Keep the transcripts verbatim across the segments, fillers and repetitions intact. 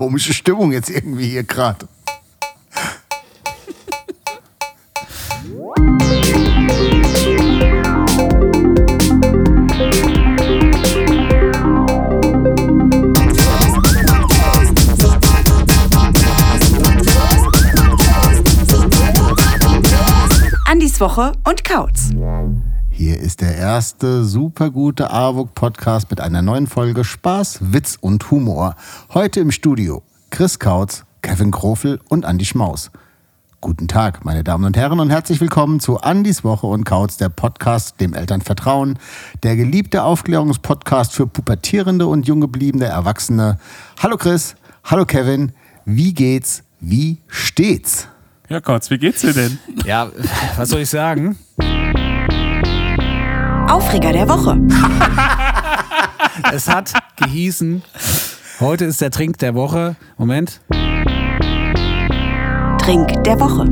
komische Stimmung jetzt irgendwie hier gerade. Andis Woche und Kauz. Hier ist der erste supergute A W O K-Podcast mit einer neuen Folge Spaß, Witz und Humor. Heute im Studio Chris Kauz, Kevin Krofel und Andi Schmaus. Guten Tag, meine Damen und Herren, und herzlich willkommen zu Andis Woche und Kauz, der Podcast, dem Eltern vertrauen, der geliebte Aufklärungspodcast für pubertierende und junggebliebene Erwachsene. Hallo Chris, hallo Kevin, wie geht's, wie steht's? Ja, Kauz, wie geht's dir denn? Ja, was soll ich sagen? Aufreger der Woche. Es hat gehießen, heute ist der Trink der Woche. Moment. Trink der Woche.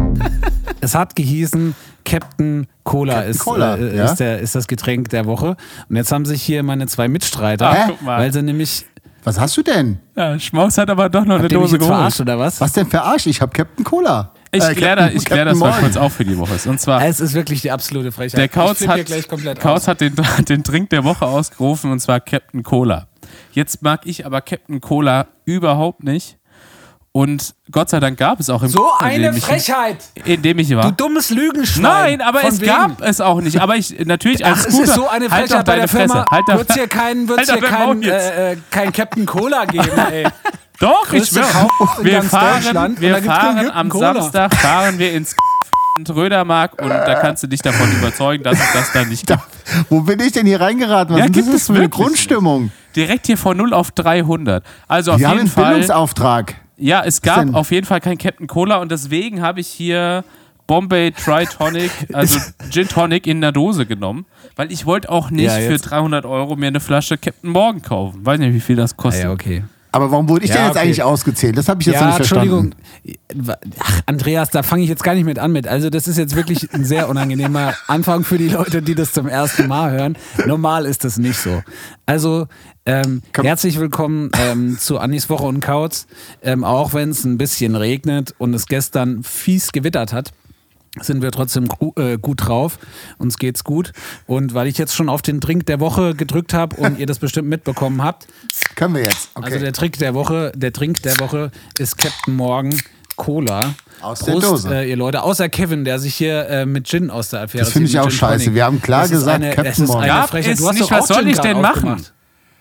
Es hat gehießen, Captain Cola, Captain ist, Cola, äh, ja? ist, der, ist das Getränk der Woche. Und jetzt haben sich hier meine zwei Mitstreiter, Ach, guck mal. weil sie nämlich... Was hast du denn? Ja, Schmaus hat aber doch noch eine Habt ihr mich Dose jetzt geholt. verarscht oder was? Was denn für Arsch? Ich hab Captain Cola. Ich Äh, kläre da, Captain- ich klär Captain das mal Morgan. kurz auf für die Woche. Und zwar, Es ist wirklich die absolute Frechheit. der Kauz ich flippe hat, hier gleich komplett Kauz aus. hat den, den Trink der Woche ausgerufen, und zwar Captain Cola. Jetzt mag ich aber Captain Cola überhaupt nicht. Und Gott sei Dank gab es auch im So Club, in eine dem ich, Frechheit! in dem ich war. Du dummes Lügenschwein! Nein, aber Von es wegen. gab es auch nicht. Aber ich natürlich als Ach, es Scooter, ist so eine halt Frechheit doch bei deine der Firma. Fresse. Halt doch- Wird's hier keinen wird's Halt hier doch dein Maul kein, jetzt. äh, äh, kein Captain Cola geben, ey. Doch, ich Größte schwöre. Kauf in Wir ganz fahren, Deutschland und wir da gibt's keinen fahren Captain am Cola. Samstag fahren wir ins Rödermark, und da kannst du dich davon überzeugen, dass es das da nicht gibt. Da, wo bin ich denn hier reingeraten? Was Ja, ist gibt das es für eine wirklich. Grundstimmung? Direkt hier von null auf dreihundert. Also auf Wir haben jeden einen Fall. Bildungsauftrag. Ja, es Was gab denn? auf jeden Fall kein Captain Cola, und deswegen habe ich hier Bombay Tri-Tonic, also Gin Tonic in der Dose genommen, weil ich wollte auch nicht Ja, für jetzt- dreihundert Euro mir eine Flasche Captain Morgan kaufen. Weiß nicht, wie viel das Ah, kostet. ja, okay. Aber warum wurde ich Ja, denn jetzt okay. eigentlich ausgezählt? Das habe ich jetzt noch Ja, nicht verstanden. Entschuldigung. Ach, Andreas, da fange ich jetzt gar nicht mit an mit. Also das ist jetzt wirklich ein sehr unangenehmer Anfang für die Leute, die das zum ersten Mal hören. Normal ist das nicht so. Also ähm, Komm. herzlich willkommen ähm, zu Andis Woche und Kauz. Ähm, auch wenn es ein bisschen regnet und es gestern fies gewittert hat, sind wir trotzdem gru- äh, gut drauf. Uns geht's gut. Und weil ich jetzt schon auf den Trink der Woche gedrückt habe und ihr das bestimmt mitbekommen habt, Können wir jetzt. Okay. also der Trick der Woche, der Trink der Woche ist Captain Morgan Cola. Aus der Prost, Dose. Äh, ihr Leute, außer Kevin, der sich hier äh, mit Gin aus der Affäre Das finde zieht, ich mit auch Gin scheiße. Tonic. Wir haben klar Das ist gesagt, eine, Captain es ist Morgan. eine Gab Frechheit. es Du hast nicht, doch was auch soll Gin ich gerade denn machen? aufgemacht.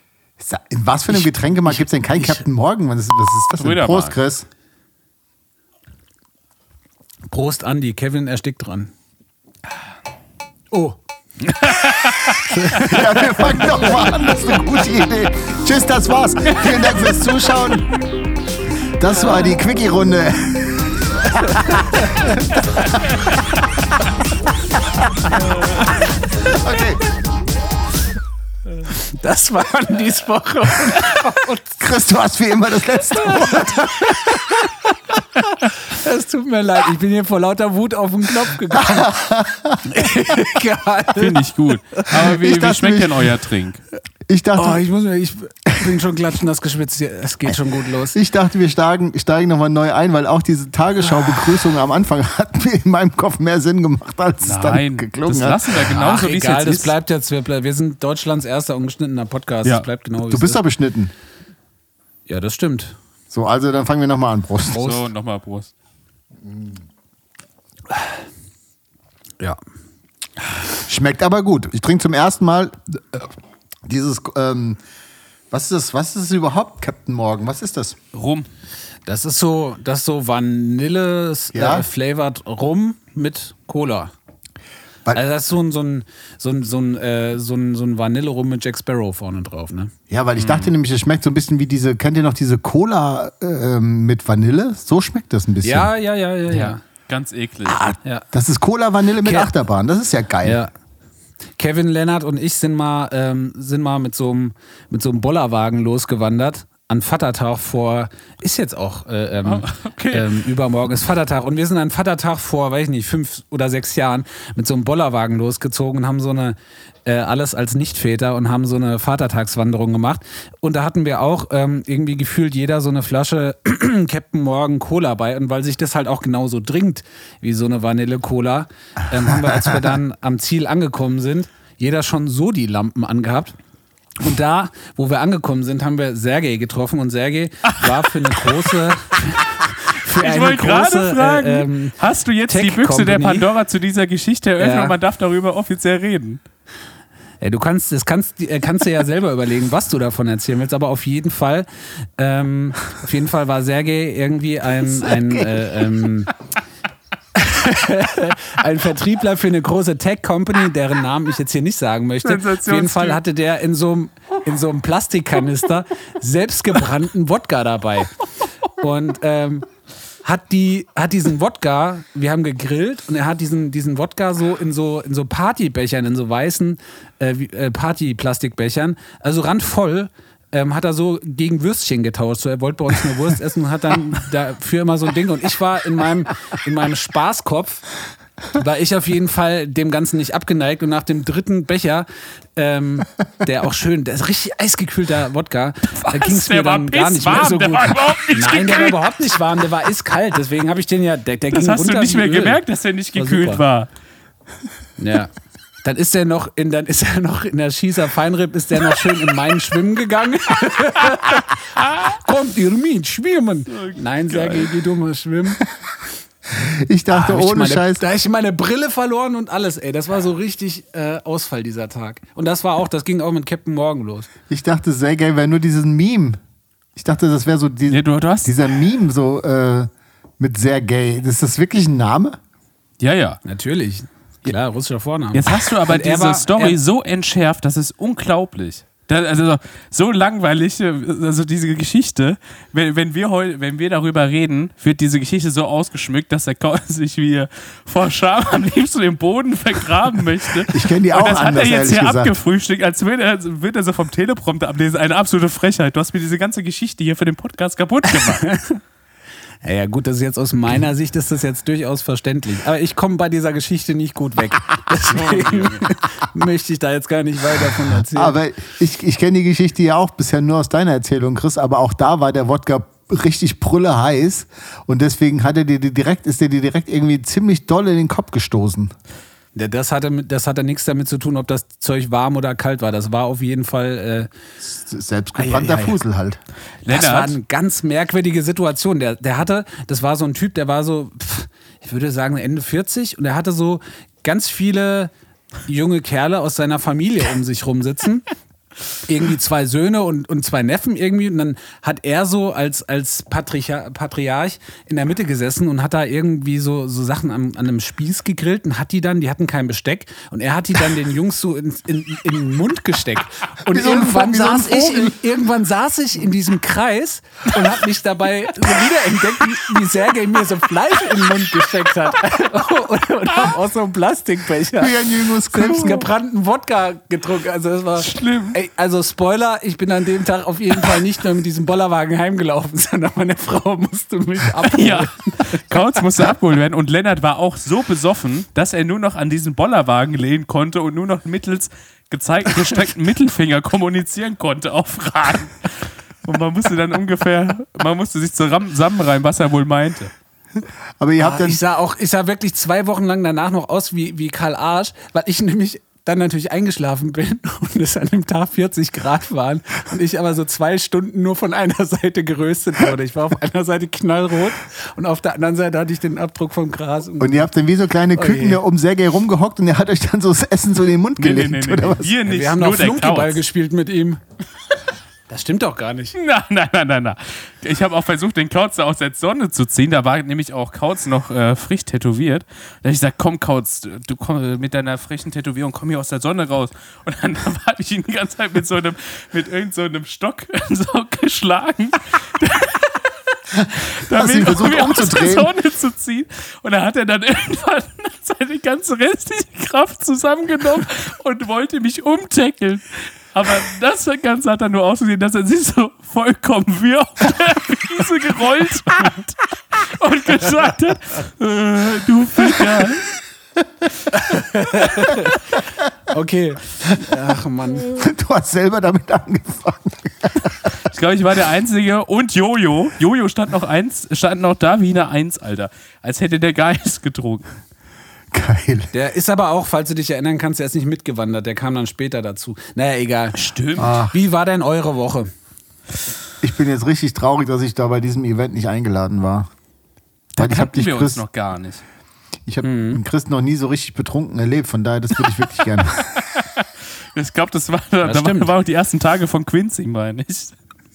In was für einem Getränkemarkt gibt es denn keinen Captain Morgan? Was ist, was ist das denn? Rödermark. Prost, Chris. Prost, Andi. Kevin erstickt dran. Oh. Ja, wir fangen doch mal an. Das ist eine gute Idee. Tschüss, das war's. Vielen Dank fürs Zuschauen. Das war die Quickie-Runde. Okay, Das war Andis Woche. Chris, du hast wie immer das letzte Wort. Es tut mir leid. Ich bin hier vor lauter Wut auf den Knopf gegangen. Egal. Finde ich gut. Aber wie, Ich wie dachte schmeckt mich- denn euer Trink? Ich dachte, Oh, ich muss mir, ich bin schon klatschen, das geschwitzt hier. Es geht schon gut los. ich dachte, wir steigen, steigen nochmal neu ein, weil auch diese Tagesschau-Begrüßung am Anfang hat mir in meinem Kopf mehr Sinn gemacht, als es dann Nein, geklungen das hat. lassen wir genauso, Ach, wie es egal, jetzt das ist. bleibt jetzt. Wir, ble- wir sind Deutschlands erster ungeschnittener Podcast. Ja. Das bleibt genau wie Du es bist ist. doch beschnitten. Ja, das stimmt. So, also dann fangen wir nochmal an. Prost. So, nochmal Prost. Ja. Schmeckt aber gut. Ich trinke zum ersten Mal äh, dieses, ähm, was ist das, was ist das überhaupt, Captain Morgan? Was ist das? Rum. Das ist so, das ist so Vanille Ja? äh, flavored Rum mit Cola. Weil- Also das ist so ein, so ein, so ein, so ein, äh, so ein, so ein Vanille-Rum mit Jack Sparrow vorne drauf, ne? Ja, weil ich dachte nämlich, es schmeckt so ein bisschen wie diese, kennt ihr noch diese Cola ähm, mit Vanille? So schmeckt das ein bisschen. Ja, ja, ja, ja, ja. Ganz eklig. ja. Das ist Cola Vanille mit Ke- Achterbahn. Das ist ja geil. Ja. Kevin, Lennart und ich sind mal, ähm, sind mal mit so einem mit so einem Bollerwagen losgewandert an Vatertag vor, ist jetzt auch äh, ähm, Oh, okay. ähm, übermorgen ist Vatertag und wir sind an Vatertag vor, weiß ich nicht, fünf oder sechs Jahren mit so einem Bollerwagen losgezogen und haben so eine, äh, alles als Nichtväter und haben so eine Vatertagswanderung gemacht und da hatten wir auch ähm, irgendwie gefühlt jeder so eine Flasche Captain Morgan Cola bei und weil sich das halt auch genauso trinkt wie so eine Vanille-Cola, ähm, haben wir, als wir dann am Ziel angekommen sind, jeder schon so die Lampen angehabt. Und da, wo wir angekommen sind, haben wir Sergej getroffen und Sergej war für eine große... Für Ich eine wollte gerade große, fragen, äh, ähm, hast du jetzt die Tech Büchse der Company. Pandora zu dieser Geschichte eröffnet Ja. und man darf darüber offiziell reden? Ja, du kannst, das kannst, äh, kannst du ja selber überlegen, was du davon erzählen willst, aber auf jeden Fall, ähm, auf jeden Fall war Sergej irgendwie ein, ein, äh, ähm, ein Vertriebler für eine große Tech-Company, deren Namen ich jetzt hier nicht sagen möchte. Auf jeden Fall hatte der in so einem, in so einem Plastikkanister selbstgebrannten Wodka dabei. Und ähm, hat, die, hat diesen Wodka, wir haben gegrillt und er hat diesen, diesen Wodka so in so, in so Partybechern, in so weißen äh, wie- äh, Partyplastikbechern, also randvoll, ähm, hat er so gegen Würstchen getauscht. So, er wollte bei uns eine Wurst essen und hat dann dafür immer so ein Ding. Und ich war in meinem, in meinem Spaßkopf, war ich auf jeden Fall dem Ganzen nicht abgeneigt. Und nach dem dritten Becher, ähm, der auch schön, der ist richtig eisgekühlter Wodka, da ging es mir Der war dann gar nicht mehr pisswarm, so der gut. war überhaupt nicht Nein, der war gekühlt. überhaupt nicht warm, der war eiskalt. Deswegen habe ich den ja, der, der Das ging hast runter du nicht wie mehr Öl. gemerkt, dass der nicht War gekühlt super. war. Ja. Dann ist er noch in, dann ist er noch in der Schießer Feinripp, ist der noch schön in Main schwimmen gegangen. Kommt ihr mit, schwimmen. Nein, Sergej, geh du mal schwimmen. Ich dachte, Da hab ich ohne meine, Scheiß. Da habe ich meine Brille verloren und alles, ey. Das war so richtig äh, Ausfall dieser Tag. Und das war auch, das ging auch mit Captain Morgan los. Ich dachte, Sergej wäre nur diesen Meme. Ich dachte, das wäre so die, Ja, du, du hast, dieser Meme so äh, mit Sergej. Ist das wirklich ein Name? ja, ja. Natürlich. Klar, russischer Vorname. Jetzt hast du aber Und er diese war- Story er- so entschärft, das ist unglaublich. Das, also so langweilig, also diese Geschichte, wenn, wenn, wir heu, wenn wir darüber reden, wird diese Geschichte so ausgeschmückt, dass der Kauz sich wie vor Scham am liebsten im Boden vergraben möchte. Ich kenn die Und auch das hat anders, er jetzt ehrlich hier gesagt. abgefrühstückt, als würde er, würde er so vom Teleprompter ablesen. Eine absolute Frechheit. Du hast mir diese ganze Geschichte hier für den Podcast kaputt gemacht. Ja, ja, gut, das ist jetzt aus meiner Sicht ist das jetzt durchaus verständlich. Aber ich komme bei dieser Geschichte nicht gut weg. Deswegen möchte ich da jetzt gar nicht weiter von erzählen. Aber ich, ich kenne die Geschichte ja auch bisher nur aus deiner Erzählung, Chris, aber auch da war der Wodka richtig brülle heiß und deswegen hat er dir die direkt, ist der dir direkt irgendwie ziemlich doll in den Kopf gestoßen. Ja, Das hatte, mit- das hatte nichts damit zu tun, ob das Zeug warm oder kalt war. Das war auf jeden Fall. Äh, Selbstgebrannter Ei, ei, ei. Fusel halt. das war Lennart, eine ganz merkwürdige Situation. Der, der hatte, das war so ein Typ, der war so, pff, ich würde sagen, Ende vierzig und er hatte so ganz viele junge Kerle aus seiner Familie um sich rumsitzen. Irgendwie zwei Söhne und, und zwei Neffen irgendwie. Und dann hat er so als, als Patriarch, Patriarch in der Mitte gesessen und hat da irgendwie so, so Sachen an, an einem Spieß gegrillt und hat die dann, die hatten kein Besteck, und er hat die dann den Jungs so in, in, in den Mund gesteckt. Und Wie so ein irgendwann, Vogel, wie so ein saß ich Vogel. in, irgendwann saß ich in diesem Kreis und habe mich dabei so wiederentdeckt, wie, wie Sergej mir so Fleisch in den Mund gesteckt hat. und und habe aus so einem Plastikbecher Wie ein junges Kuh. selbst gebrannten Wodka getrunken. Also das war Schlimm. Ey, also Spoiler, ich bin an dem Tag auf jeden Fall nicht nur mit diesem Bollerwagen heimgelaufen, sondern meine Frau musste mich abholen. ja, Kauz musste abgeholt werden und Lennart war auch so besoffen, dass er nur noch an diesen Bollerwagen lehnen konnte und nur noch mittels gezeigten gestreckten Mittelfinger kommunizieren konnte auf Fragen. Und man musste dann ungefähr, man musste sich zusammenreimen, was er wohl meinte. Aber ihr habt Ah, dann, ich sah auch, ich sah wirklich zwei Wochen lang danach noch aus wie, wie Karl Arsch, weil ich nämlich dann natürlich eingeschlafen bin und es an dem Tag vierzig Grad waren und ich aber so zwei Stunden nur von einer Seite geröstet wurde. Ich war auf einer Seite knallrot und auf der anderen Seite hatte ich den Abdruck vom Gras. und ihr habt dann wie so kleine Oh Küken je. da um Sergej rumgehockt und er hat euch dann so das Essen so in den Mund Nee, nee, gelegt, nee, nee, oder nee. was? Hier nicht, Wir haben nur noch der Flunkyball Kauz. gespielt mit ihm. Das stimmt doch gar nicht. Nein, nein, nein, nein, nein. Ich habe auch versucht, den Kauz da aus der Sonne zu ziehen. Da war nämlich auch Kauz noch äh, frisch tätowiert. Da habe ich gesagt, komm Kauz, du komm mit deiner frischen Tätowierung, komm hier aus der Sonne raus. Und dann habe ich ihn die ganze Zeit mit so einem, mit irgend so einem Stock so geschlagen. Hast ihn versucht irgendwie aus der umzudrehen? Sonne zu ziehen. Und da hat er dann irgendwann seine ganze restliche Kraft zusammengenommen und wollte mich umtackeln. Aber das Ganze hat dann nur ausgesehen, dass er sich so vollkommen wie auf der Wiese gerollt hat und gesagt hat, äh, du Ficker. Okay. Ach Mann. Du hast selber damit angefangen. Ich glaube, ich war der Einzige. Und Jojo. Jojo stand noch, eins, stand noch da wie eine Eins, Alter. Als hätte der Geist getrunken. Geil. Der ist aber auch, falls du dich erinnern kannst, der ist nicht mitgewandert. Der kam dann später dazu. Naja, egal. Stimmt. Ah. Wie war denn eure Woche? Ich bin jetzt richtig traurig, dass ich da bei diesem Event nicht eingeladen war. Da Weil ich habe kannten dich, wir uns Chris, noch gar nicht. ich habe mhm. Chris noch nie so richtig betrunken erlebt. Von daher, das würde ich wirklich gerne. Ich glaube, das war, das da war, war auch die ersten Tage von Quincy, meine ich.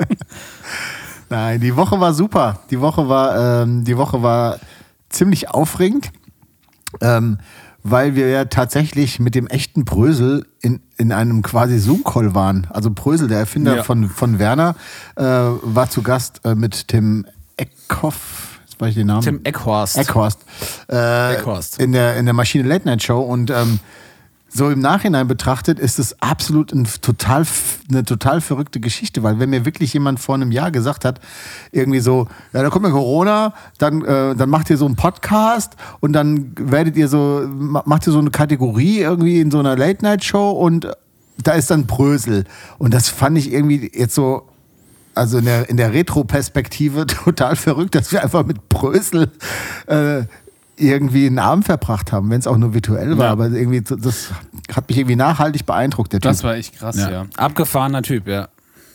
Nein, die Woche war super. Die Woche war, ähm, die Woche war ziemlich aufregend, ähm, weil wir ja tatsächlich mit dem echten Brösel in, in einem quasi Zoom-Call waren. Also Brösel, der Erfinder ja. von, von Werner, äh, war zu Gast äh, mit Tim Eckhoff. Jetzt weiß ich den Namen. Tim Eckhorst. Eckhorst. Äh, Eckhorst. In der, in der Maschine Late Night Show und ähm, so im Nachhinein betrachtet ist es absolut ein total, eine total verrückte Geschichte, weil wenn mir wirklich jemand vor einem Jahr gesagt hat, irgendwie so, ja, da kommt ja Corona, dann, äh, dann macht ihr so einen Podcast und dann werdet ihr so, macht ihr so eine Kategorie irgendwie in so einer Late-Night-Show und da ist dann Brösel. Und das fand ich irgendwie jetzt so, also in der, in der Retro-Perspektive total verrückt, dass wir einfach mit Brösel äh, irgendwie einen Abend verbracht haben, wenn es auch nur virtuell war, ja. aber irgendwie, das hat mich irgendwie nachhaltig beeindruckt, der Typ. Das war echt krass, ja. ja. Abgefahrener Typ, ja.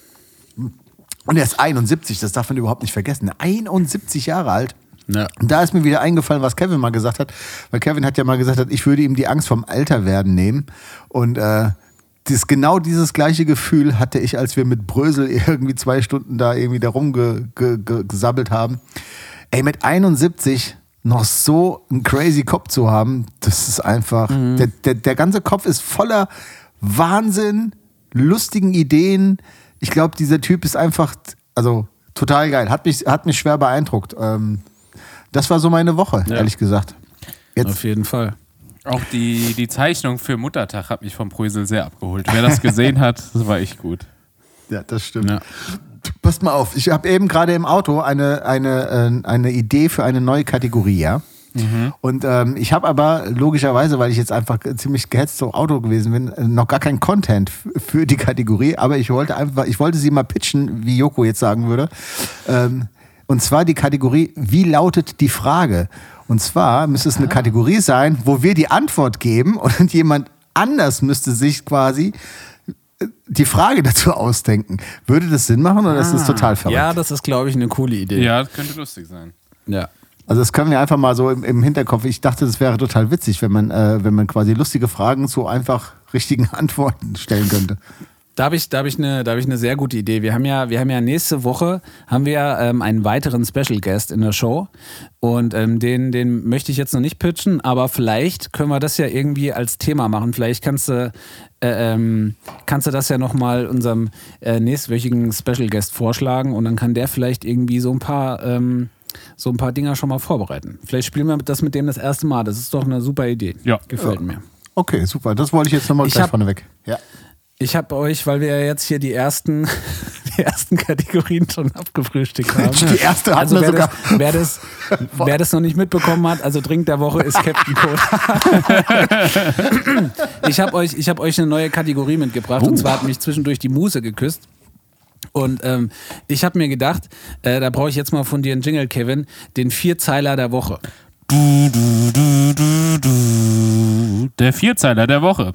Und er ist einundsiebzig, das darf man überhaupt nicht vergessen. einundsiebzig Jahre alt. Ja. Und da ist mir wieder eingefallen, was Kevin mal gesagt hat, weil Kevin hat ja mal gesagt, ich würde ihm die Angst vom Älterwerden nehmen und äh, das, genau dieses gleiche Gefühl hatte ich, als wir mit Brösel irgendwie zwei Stunden da irgendwie da rumgesabbelt haben. Ey, mit einundsiebzig noch so einen crazy Kopf zu haben, das ist einfach, mhm. der, der, der ganze Kopf ist voller Wahnsinn, lustigen Ideen. Ich glaube, dieser Typ ist einfach, also total geil, hat mich, hat mich schwer beeindruckt. Ähm, das war so meine Woche, ja. ehrlich gesagt. Jetzt. Auf jeden Fall. Auch die, die Zeichnung für Muttertag hat mich vom Brösel sehr abgeholt. Wer das gesehen hat, das war echt gut. Ja, das stimmt. Ja. Passt mal auf, ich habe eben gerade im Auto eine, eine, eine Idee für eine neue Kategorie, ja. Mhm. Und ähm, ich habe aber logischerweise, weil ich jetzt einfach ziemlich gehetzt so Auto gewesen bin, noch gar kein Content f- für die Kategorie, aber ich wollte einfach, ich wollte sie mal pitchen, wie Joko jetzt sagen würde. Ähm, und zwar die Kategorie, wie lautet die Frage? Und zwar müsste es eine ah. Kategorie sein, wo wir die Antwort geben und jemand anders müsste sich quasi die Frage dazu ausdenken. Würde das Sinn machen oder ah. ist das total verrückt? Ja, das ist, glaube ich, eine coole Idee. Ja, das könnte lustig sein. Ja. Also das können wir einfach mal so im, im Hinterkopf. Ich dachte, das wäre total witzig, wenn man, äh, wenn man quasi lustige Fragen zu einfach richtigen Antworten stellen könnte. Da habe ich, da hab ich, eine, da hab ich eine sehr gute Idee. Wir haben ja, wir haben ja nächste Woche haben wir, ähm, einen weiteren Special Guest in der Show. Und ähm, den, den möchte ich jetzt noch nicht pitchen, aber vielleicht können wir das ja irgendwie als Thema machen. Vielleicht kannst du, äh, ähm, kannst du das ja nochmal unserem äh, nächstwöchigen Special Guest vorschlagen und dann kann der vielleicht irgendwie so ein paar, ähm, so ein paar Dinger schon mal vorbereiten. Vielleicht spielen wir das mit dem das erste Mal. Das ist doch eine super Idee. Ja. Gefällt ja. mir. Okay, super. Das wollte ich jetzt nochmal gleich vorneweg. Ja. Ich habe euch, weil wir ja jetzt hier die ersten, die ersten Kategorien schon abgefrühstückt haben. Die erste hatten also wir wer sogar. Das, wer, das, wer das noch nicht mitbekommen hat, also Drink der Woche ist Captain Cola. ich habe euch, ich hab euch eine neue Kategorie mitgebracht uh. und zwar hat mich zwischendurch die Muse geküsst. Und ähm, ich habe mir gedacht, äh, da brauche ich jetzt mal von dir einen Jingle, Kevin, den Vierzeiler der Woche. Du, du, du, du, du. Der Vierzeiler der Woche.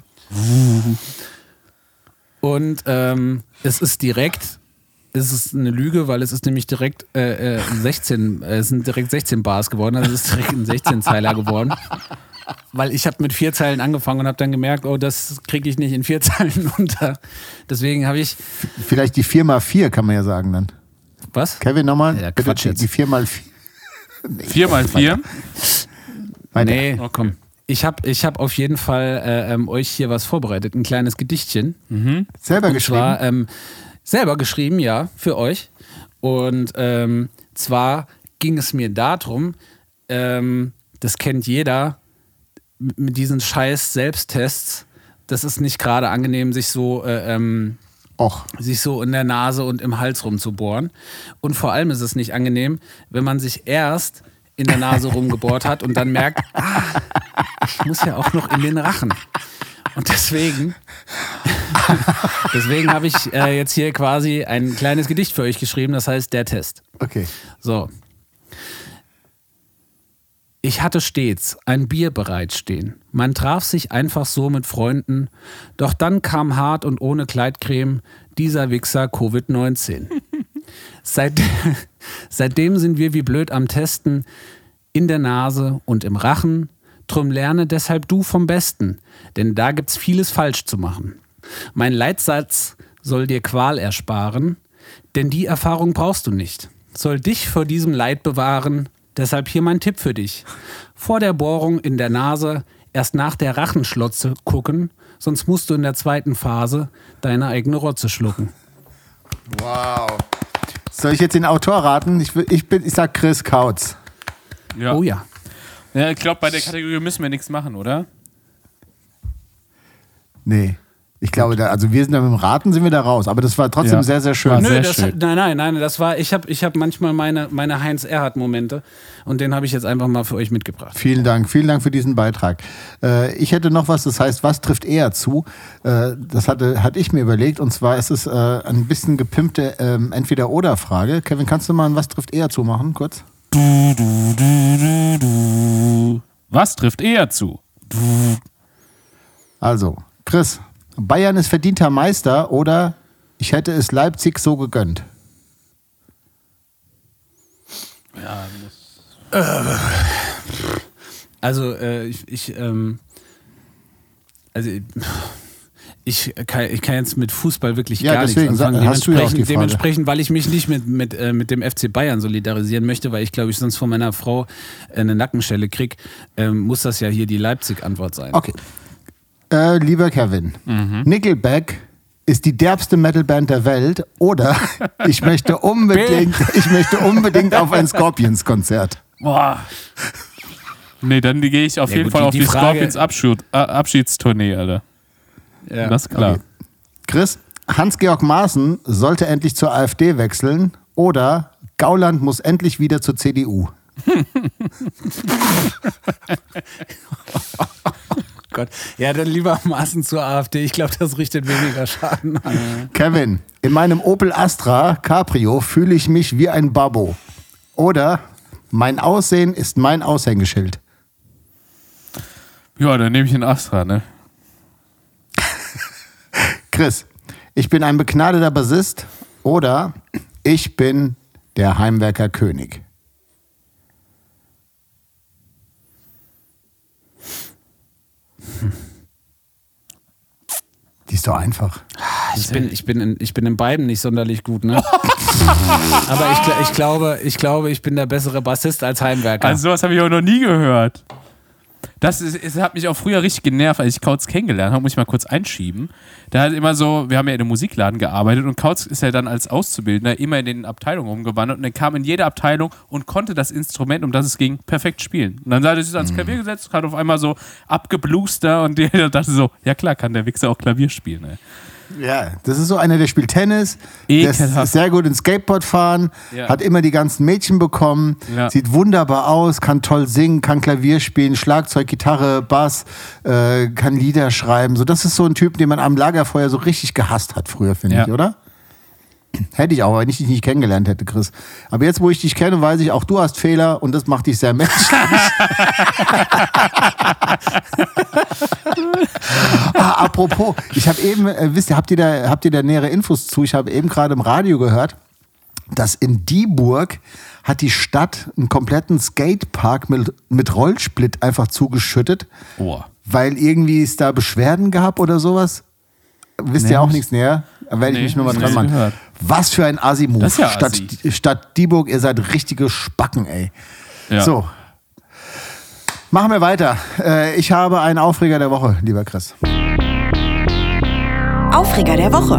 Und ähm, es ist direkt, es ist eine Lüge, weil es ist nämlich direkt äh, sechzehn, äh, es sind direkt sechzehn Bars geworden, also es ist direkt ein sechzehn-Zeiler geworden. Weil ich habe mit vier Zeilen angefangen und habe dann gemerkt, oh, das kriege ich nicht in vier Zeilen unter. Deswegen habe ich... Vielleicht die vier mal vier kann man ja sagen dann. Was? Kevin, nochmal. Ja, Quatsch bitte, jetzt. die vier mal vier. Nee, vier mal vier? Nee, oh, komm. Ich habe ich hab auf jeden Fall äh, ähm, euch hier was vorbereitet, ein kleines Gedichtchen. Mhm. Selber und geschrieben? Zwar, ähm, selber geschrieben, ja, für euch. Und ähm, zwar ging es mir darum, ähm, das kennt jeder, mit diesen scheiß Selbsttests, das ist nicht gerade angenehm, sich so, äh, ähm, Och. sich so in der Nase und im Hals rumzubohren. Und vor allem ist es nicht angenehm, wenn man sich erst in der Nase rumgebohrt hat und dann merkt, ah, ich muss ja auch noch in den Rachen. Und deswegen, deswegen habe ich äh, jetzt hier quasi ein kleines Gedicht für euch geschrieben, das heißt Der Test. Okay. So. Ich hatte stets ein Bier bereitstehen. Man traf sich einfach so mit Freunden. Doch dann kam hart und ohne Kleidcreme dieser Wichser Covid neunzehn. Seit, seitdem sind wir wie blöd am Testen. In der Nase und im Rachen. Drum lerne deshalb du vom Besten. Denn da gibt's vieles falsch zu machen. Mein Leitsatz soll dir Qual ersparen. Denn die Erfahrung brauchst du nicht. Soll dich vor diesem Leid bewahren. Deshalb hier mein Tipp für dich. Vor der Bohrung in der Nase erst nach der Rachenschlotze gucken, sonst musst du in der zweiten Phase deine eigene Rotze schlucken. Wow. Soll ich jetzt den Autor raten? Ich, ich, bin, ich sag Chris Kautz. Ja. Oh ja. Ja, ich glaube, bei der Kategorie müssen wir nichts machen, oder? Nee. Ich glaube, da, also wir sind da mit dem Raten sind wir da raus. Aber das war trotzdem Ja. sehr, sehr schön. War Nö, sehr das, schön. nein, nein, nein, das war, ich habe ich hab manchmal meine, meine Heinz-Erhardt-Momente und den habe ich jetzt einfach mal für euch mitgebracht. Vielen Dank, vielen Dank für diesen Beitrag. Äh, ich hätte noch was, das heißt, was trifft eher zu? Äh, das hatte, hatte ich mir überlegt und zwar ist es äh, ein bisschen gepimpte ähm, Entweder-Oder-Frage. Kevin, kannst du mal ein Was trifft eher zu machen, kurz? Du, du, du, du, du. Was trifft eher zu? Also, Chris, Bayern ist verdienter Meister oder ich hätte es Leipzig so gegönnt? Ja, Also äh, ich, ich, ähm, also ich kann, ich kann jetzt mit Fußball wirklich Ja, gar deswegen nichts anfangen. sa- hast du ja auch die Dementsprechend, Frage. dementsprechend, weil ich mich nicht mit, mit, äh, mit dem F C Bayern solidarisieren möchte, weil ich glaube, ich sonst von meiner Frau eine Nackenschelle krieg, ähm, muss das ja hier die Leipzig-Antwort sein. Okay. Äh, lieber Kevin, Nickelback ist die derbste Metalband der Welt oder ich möchte unbedingt, ich möchte unbedingt auf ein Scorpions-Konzert. boah. Nee, dann gehe ich auf Ja, jeden gut, Fall die- auf die die, Frage- Scorpions Abschied, äh, Abschiedstournee, Alter. Ja. Das ist klar. Okay. Chris, Hans-Georg Maaßen sollte endlich zur AfD wechseln oder Gauland muss endlich wieder zur C D U. Gott. Ja, dann lieber Maßen zur AfD. Ich glaube, das richtet weniger Schaden an. Kevin, in meinem Opel Astra Cabrio fühle ich mich wie ein Babbo. Oder mein Aussehen ist mein Aushängeschild. Ja, dann nehme ich den Astra, ne? Chris, ich bin ein begnadeter Bassist oder ich bin der Heimwerker König. Die ist doch einfach. Ich bin, ich, bin in, ich bin in beiden nicht sonderlich gut, ne? Aber ich, gl- ich, glaube, ich glaube, ich bin der bessere Bassist als Heimwerker. Also sowas habe ich auch noch nie gehört. Das, ist, es hat mich auch früher richtig genervt, als ich Kautz kennengelernt habe, muss ich mal kurz einschieben. Da hat immer so, wir haben ja in einem Musikladen gearbeitet und Kautz ist ja dann als Auszubildender immer in den Abteilungen rumgewandert und er kam in jede Abteilung und konnte das Instrument, um das es ging, perfekt spielen. Und dann hat er sich ans Klavier gesetzt, hat auf einmal so abgebluster und die dachte so, ja klar, kann der Wichser auch Klavier spielen. Ey. Ja, das ist so einer, der spielt Tennis, der Ekelhaft. ist sehr gut in Skateboard fahren, Ja. hat immer die ganzen Mädchen bekommen, Ja. sieht wunderbar aus, kann toll singen, kann Klavier spielen, Schlagzeug, Gitarre, Bass, äh, kann Lieder schreiben. So, das ist so ein Typ, den man am Lagerfeuer so richtig gehasst hat früher, finde Ja. ich, oder? Hätte ich auch, wenn ich dich nicht kennengelernt hätte, Chris. Aber jetzt, wo ich dich kenne, weiß ich, auch du hast Fehler und das macht dich sehr menschlich. ah, apropos, ich habe eben, äh, wisst ihr, habt ihr, da, habt ihr da nähere Infos zu? Ich habe eben gerade im Radio gehört, dass in Dieburg hat die Stadt einen kompletten Skatepark mit, mit Rollsplit einfach zugeschüttet, Oh. weil irgendwie es da Beschwerden gab oder sowas. Wisst Nee, ihr auch nicht- nichts näher? Da werde ich Nee, mich nochmal nicht dran machen. gehört. Was für ein Assi-Move. Das ist ja Stadt, Assi. Stadt Dieburg, ihr seid richtige Spacken, ey. Ja. So. Machen wir weiter. Äh, ich habe einen Aufreger der Woche, lieber Chris. Aufreger der Woche.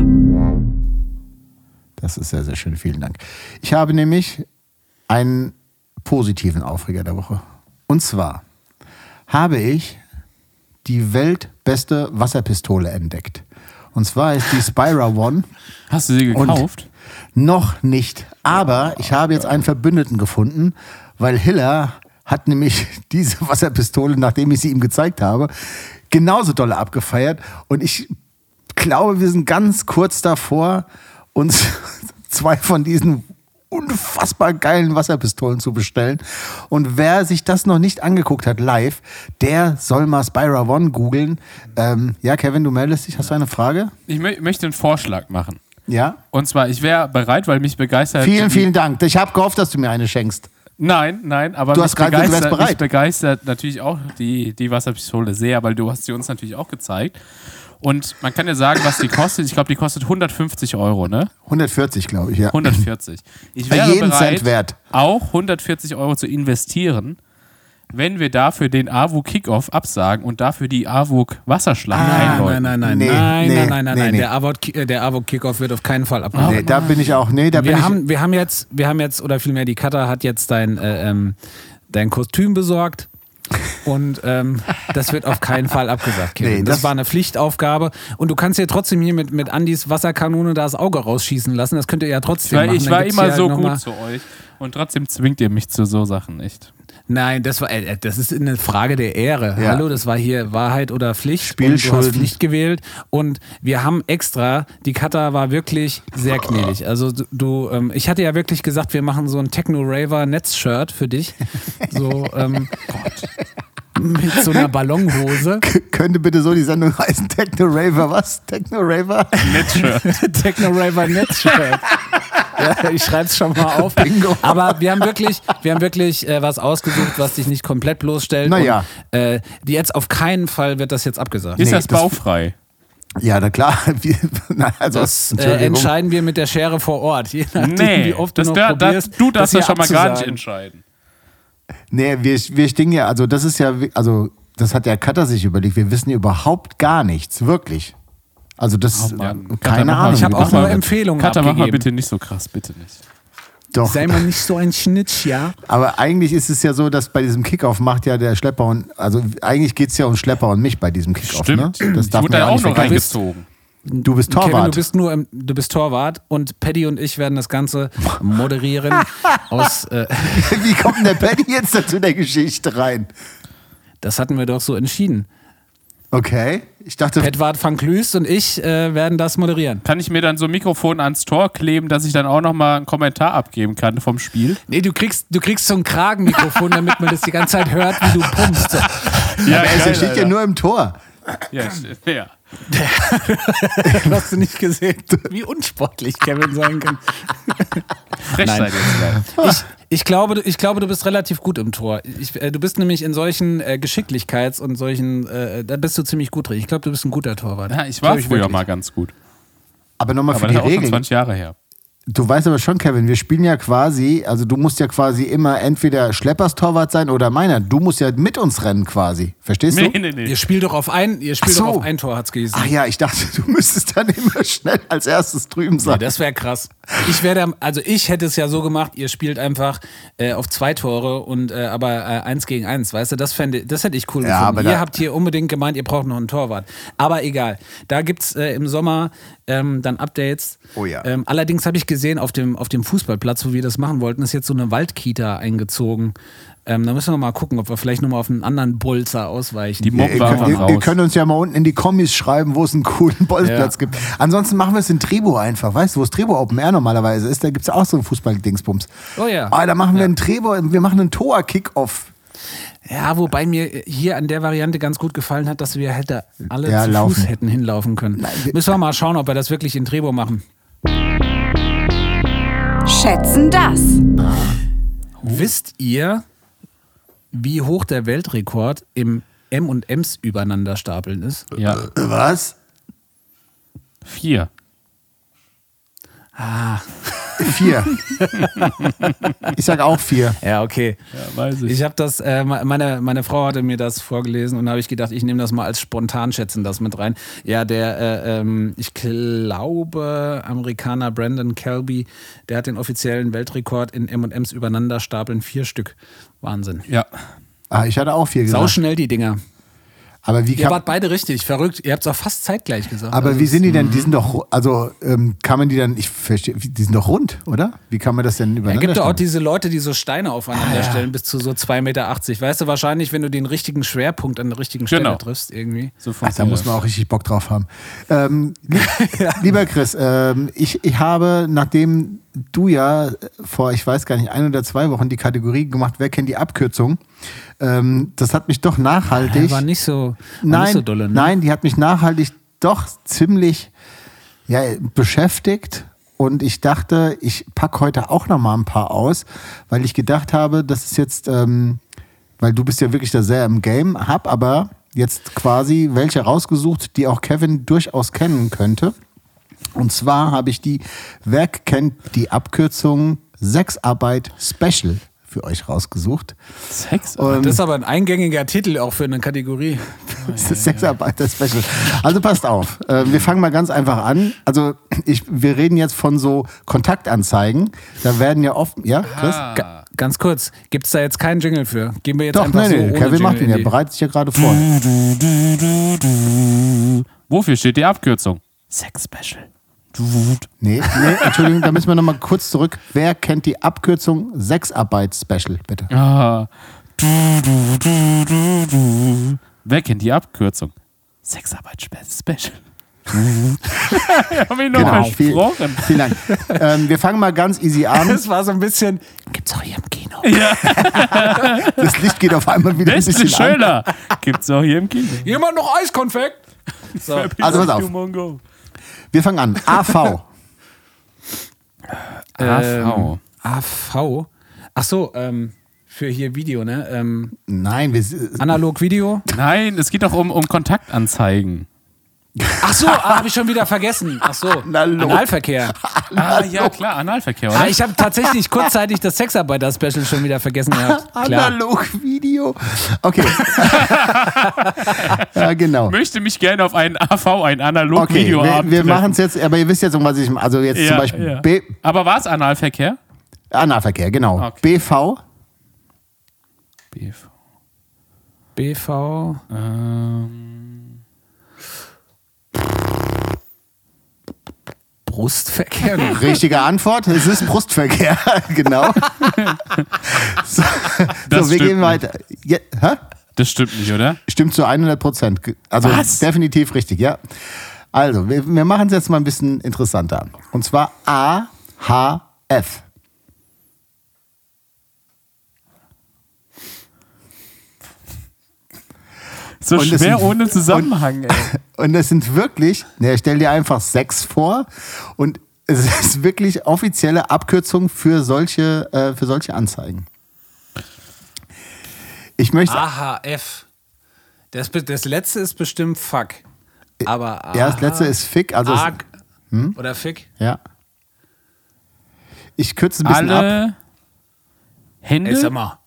Das ist sehr, sehr schön. Vielen Dank. Ich habe nämlich einen positiven Aufreger der Woche. Und zwar habe ich die weltbeste Wasserpistole entdeckt. Und zwar ist die Spyra One. Hast du sie gekauft? Noch nicht. Aber ich habe jetzt einen Verbündeten gefunden, weil Hiller hat nämlich diese Wasserpistole, nachdem ich sie ihm gezeigt habe, genauso doll abgefeiert. Und ich glaube, wir sind ganz kurz davor, uns zwei von diesen unfassbar geilen Wasserpistolen zu bestellen. Und wer sich das noch nicht angeguckt hat live, der soll mal Spyra One googeln. Ähm, ja, Kevin, du meldest dich. Hast du eine Frage? Ich mö- möchte einen Vorschlag machen. Ja? Und zwar, ich wäre bereit, weil mich begeistert... Vielen, vielen Dank. Ich habe gehofft, dass du mir eine schenkst. Nein, nein, aber Du mich, hast gerade gesagt, du wärst begeistert, bereit. mich begeistert natürlich auch die, die Wasserpistole sehr, weil du hast sie uns natürlich auch gezeigt. Und man kann ja sagen, was die kostet. Ich glaube, die kostet hundertfünfzig Euro, ne? hundertvierzig, glaube ich, ja. hundertvierzig. Ich Bei wäre jeden bereit, Cent wert. auch hundertvierzig Euro zu investieren, wenn wir dafür den A W O Kickoff absagen und dafür die A W O Wasserschlacht Ah, einläuten. Nein, nein, nein, Nee, nein, nee, nein, nein, nein, nee, nein. nee. Der A W O, der A W O Kickoff wird auf keinen Fall abgesagt. Nee, da bin ich auch, nee, da bin Wir ich... haben, wir haben jetzt, wir haben jetzt, oder vielmehr die Cutter hat jetzt dein, äh, ähm, dein Kostüm besorgt. Und ähm, das wird auf keinen Fall abgesagt, Kevin. Nee, das, das- war eine Pflichtaufgabe. Und du kannst ja trotzdem hier mit, mit Andys Wasserkanone da das Auge rausschießen lassen. Das könnt ihr ja trotzdem Weil machen. ich Dann war gibt's immer hier so halt noch gut mal- zu euch und trotzdem zwingt ihr mich zu so Sachen nicht. Nein, das war, äh, das ist eine Frage der Ehre. Ja. Hallo, das war hier Wahrheit oder Pflicht. Spielschulden. Und du hast Pflicht gewählt. Und wir haben extra, die Cutter war wirklich sehr gnädig. Also du, du ähm, ich hatte ja wirklich gesagt, wir machen so ein Techno-Raver-Netz-Shirt für dich. So, ähm, mit so einer Ballonhose. Könnte bitte so die Sendung heißen? Techno-Raver, was? Techno-Raver? Netzshirt. Techno-Raver-Netz-Shirt. Ja, ich schreib's schon mal auf. Bingo. Aber wir haben wirklich, wir haben wirklich äh, was ausgesucht, was dich nicht komplett bloßstellt. Na ja. Und, äh, die jetzt auf keinen Fall wird das jetzt abgesagt. Ist Nee, das das- baufrei? Ja, na klar. Wir, na, also, Das äh, Entschuldigung. entscheiden wir mit der Schere vor Ort. Je nachdem, Nee, wie oft das du noch da, da, probierst, du darfst das das hier schon mal gar nicht abzusagen. entscheiden. Nee, wir, wir stehen ja, also das ist ja, also das hat der Cutter sich überlegt. Wir wissen überhaupt gar nichts, wirklich. Also das, Ja, keine Cutter, mach mal- Ahnung. Ich habe wie auch das nur war. Empfehlungen Cutter, mach mal abgegeben. bitte nicht so krass, bitte nicht. Doch. Sei mal nicht so ein Schnitsch, ja? Aber eigentlich ist es ja so, dass bei diesem Kickoff macht ja der Schlepper und, also eigentlich geht es ja um Schlepper und mich bei diesem Kickoff. Stimmt. Ne? Das Ich darf wurde man da ja auch nicht noch vergessen. reingezogen. Du bist Kevin, Torwart. du bist nur im, du bist Torwart und Paddy und ich werden das Ganze moderieren aus. Äh, Wie kommt denn der Paddy jetzt dazu der Geschichte rein? das hatten wir doch so entschieden. Okay, ich dachte, Edward van Klüst und ich äh, werden das moderieren. Kann ich mir dann so ein Mikrofon ans Tor kleben, dass ich dann auch noch mal einen Kommentar abgeben kann vom Spiel? Nee, du kriegst, du kriegst so ein Kragenmikrofon, damit man das die ganze Zeit hört, wie du pumpst. So. Ja, aber er geil, steht ja Alter. nur im Tor. Ja, stimmt. ja. Hast du nicht gesehen, wie unsportlich Kevin sein kann. Frech Nein. seid jetzt gleich. Ich, ich, glaube, du- ich glaube, du bist relativ gut im Tor. Ich, äh, du bist nämlich in solchen äh, Geschicklichkeits- und solchen, äh, da bist du ziemlich gut drin. Ich glaube, du bist ein guter Torwart. Ja, ich war Glaub ich früher wirklich. mal ganz gut. Aber nochmal für Aber das die ist auch schon Regeln. zwanzig Jahre her. Du weißt aber schon, Kevin, wir spielen ja quasi, also du musst ja quasi immer entweder Schleppers Torwart sein oder meiner. Du musst ja mit uns rennen quasi. Verstehst Nee, du? nee, nee. Ihr spielt doch auf ein, ihr spielt Ach so. doch auf ein Tor, hat's gehießen. Ach ja, ich dachte, du müsstest dann immer schnell als erstes drüben Nee, sein. das wäre krass. Ich wäre, der- also ich hätte es ja so gemacht, ihr spielt einfach äh, auf zwei Tore und äh, aber äh, eins gegen eins, weißt du, das fände, das hätte ich cool Ja, aber gefunden. Ihr da- habt hier unbedingt gemeint, ihr braucht noch einen Torwart. Aber egal. Da gibt's äh, im Sommer ähm, dann Updates. Oh ja. Ähm, allerdings habe ich gesehen, auf dem, auf dem Fußballplatz, wo wir das machen wollten, ist jetzt so eine Waldkita eingezogen. Ähm, da müssen wir mal gucken, ob wir vielleicht nochmal auf einen anderen Bolzer ausweichen. Die ihr, Mob war könnt, einfach ihr, raus. ihr könnt uns ja mal unten in die Kommis schreiben, wo es einen coolen Bolzplatz Ja. gibt. Ansonsten machen wir es in Trebo einfach. Weißt du, wo es Trebo Open Air normalerweise ist? Da gibt es auch so einen Fußball-Dingsbums. Oh ja. Ah, da machen wir Ja. einen Trebo, wir machen einen Tor-Kick-Off. Ja, wobei mir hier an der Variante ganz gut gefallen hat, dass wir hätte alle Ja, zu laufen. Fuß hätten hinlaufen können. Nein, wir- Müssen wir mal schauen, ob wir das wirklich in Trebo machen. Schätzen das. Wisst ihr, wie hoch der Weltrekord im M und M's übereinander stapeln ist? Ja, Was? vier. Vier. Ich sag auch vier. Ja, okay. Ja, weiß ich. Ich habe das, äh, meine, meine Frau hatte mir das vorgelesen und da habe ich gedacht, ich nehme das mal als Spontanschätzen das mit rein. Ja, der, äh, ähm, ich glaube, Amerikaner Brandon Kelby, der hat den offiziellen Weltrekord in M und M's übereinander stapeln, vier Stück. Wahnsinn. Ja. Ah, ich hatte auch vier gesagt. Sau schnell die Dinger. Aber wie Ihr kann, wart beide richtig, verrückt. Ihr habt es auch fast zeitgleich gesagt. aber Also wie es- sind die denn? Die sind doch, also ähm, kann man die dann, ich verstehe, die sind doch rund, oder? Wie kann man das denn Es übereinander gibt doch auch stellen? diese Leute, die so Steine aufeinander Ah, ja. stellen, bis zu so zwei Meter achtzig. Weißt du, wahrscheinlich, wenn du den richtigen Schwerpunkt an der richtigen Stelle Genau. triffst, irgendwie. So Ach, da funktioniert muss das. man auch richtig Bock drauf haben. Ähm, li Lieber Chris, ähm, ich, ich habe, nachdem du ja vor, ich weiß gar nicht, ein oder zwei Wochen die Kategorie gemacht, wer kennt die Abkürzung, ähm, das hat mich doch nachhaltig... Ja, war nicht so, war Nein, nicht so dolle, ne? nein, die hat mich nachhaltig doch ziemlich ja, beschäftigt. Und ich dachte, ich packe heute auch noch mal ein paar aus, weil ich gedacht habe, das ist jetzt, ähm, weil du bist ja wirklich da sehr im Game, hab aber jetzt quasi welche rausgesucht, die auch Kevin durchaus kennen könnte. Und zwar habe ich die, wer kennt die Abkürzung Sexarbeit Special für euch rausgesucht. Sex? Und Das ist aber ein eingängiger Titel auch für eine Kategorie. das ist Sexarbeiter Special. Also passt auf, äh, wir fangen mal ganz einfach an. Also ich, wir reden jetzt von so Kontaktanzeigen. Da werden ja oft, ja, Chris? Ah. Ganz kurz, gibt es da jetzt keinen Jingle für? Gehen wir jetzt Doch, einfach nein, so nee, ohne Kevin macht Jingle ihn ja, in die- bereitet sich ja gerade vor. Wofür steht die Abkürzung? Sex Special. Nee, nee, Entschuldigung, da müssen wir nochmal kurz zurück. Wer kennt die Abkürzung Sexarbeit Special, bitte? Ah. Du, du, du, du, du. Wer kennt die Abkürzung? Sexarbeit Spe- Special. Ich hab mich noch Genau, viel- versprochen. Vielen Dank. ähm, wir fangen mal ganz easy an. Das war so ein bisschen, gibt's auch hier im Kino. Das Licht geht auf einmal wieder ein Nestle bisschen an. Schöner. Gibt's auch hier im Kino. Jemand noch Eiskonfekt? So. Also pass auf. Wir fangen an. A V. A V. Ähm, A V? Ach so, ähm, für hier Video, ne? Ähm, Nein, wir, Analog Video. Nein, es geht doch um, um Kontaktanzeigen. Ach so, ah, habe ich schon wieder vergessen. Ach so, Analog. Analverkehr. Ah, ja, klar, Analverkehr, oder? Ah, ich habe tatsächlich kurzzeitig das Sexarbeiter-Special schon wieder vergessen gehabt. Klar. Analog Video. Okay. Ja, genau. möchte mich gerne auf einen A V, ein Okay, Analog-Videoabend wir, wir treffen. machen es jetzt, aber ihr wisst jetzt, um was ich, also jetzt Ja, zum Beispiel ja. B, Aber war es Analverkehr? Analverkehr, genau. Okay. B V, B V. B V. Ähm, Brustverkehr. richtige Antwort, es ist Brustverkehr, genau. So, Das so wir stimmt gehen weiter. Ja, hä? das stimmt nicht, oder? Stimmt zu hundert Prozent. Also Was? definitiv richtig, ja. Also, wir, wir machen es jetzt mal ein bisschen interessanter. Und zwar A H F. So Und es schwer sind- ohne Zusammenhang, ey. Und das sind wirklich, ne, stell dir einfach sechs vor und es ist wirklich offizielle Abkürzung für solche, äh, für solche Anzeigen. Ich möchte, A H F. Das, be- das letzte ist bestimmt Fuck. Aber A H, ja, das letzte ist Fick, also es, Arg oder Fick. ja. Ich kürze ein bisschen ab. Alle Hände? Ey, sag mal.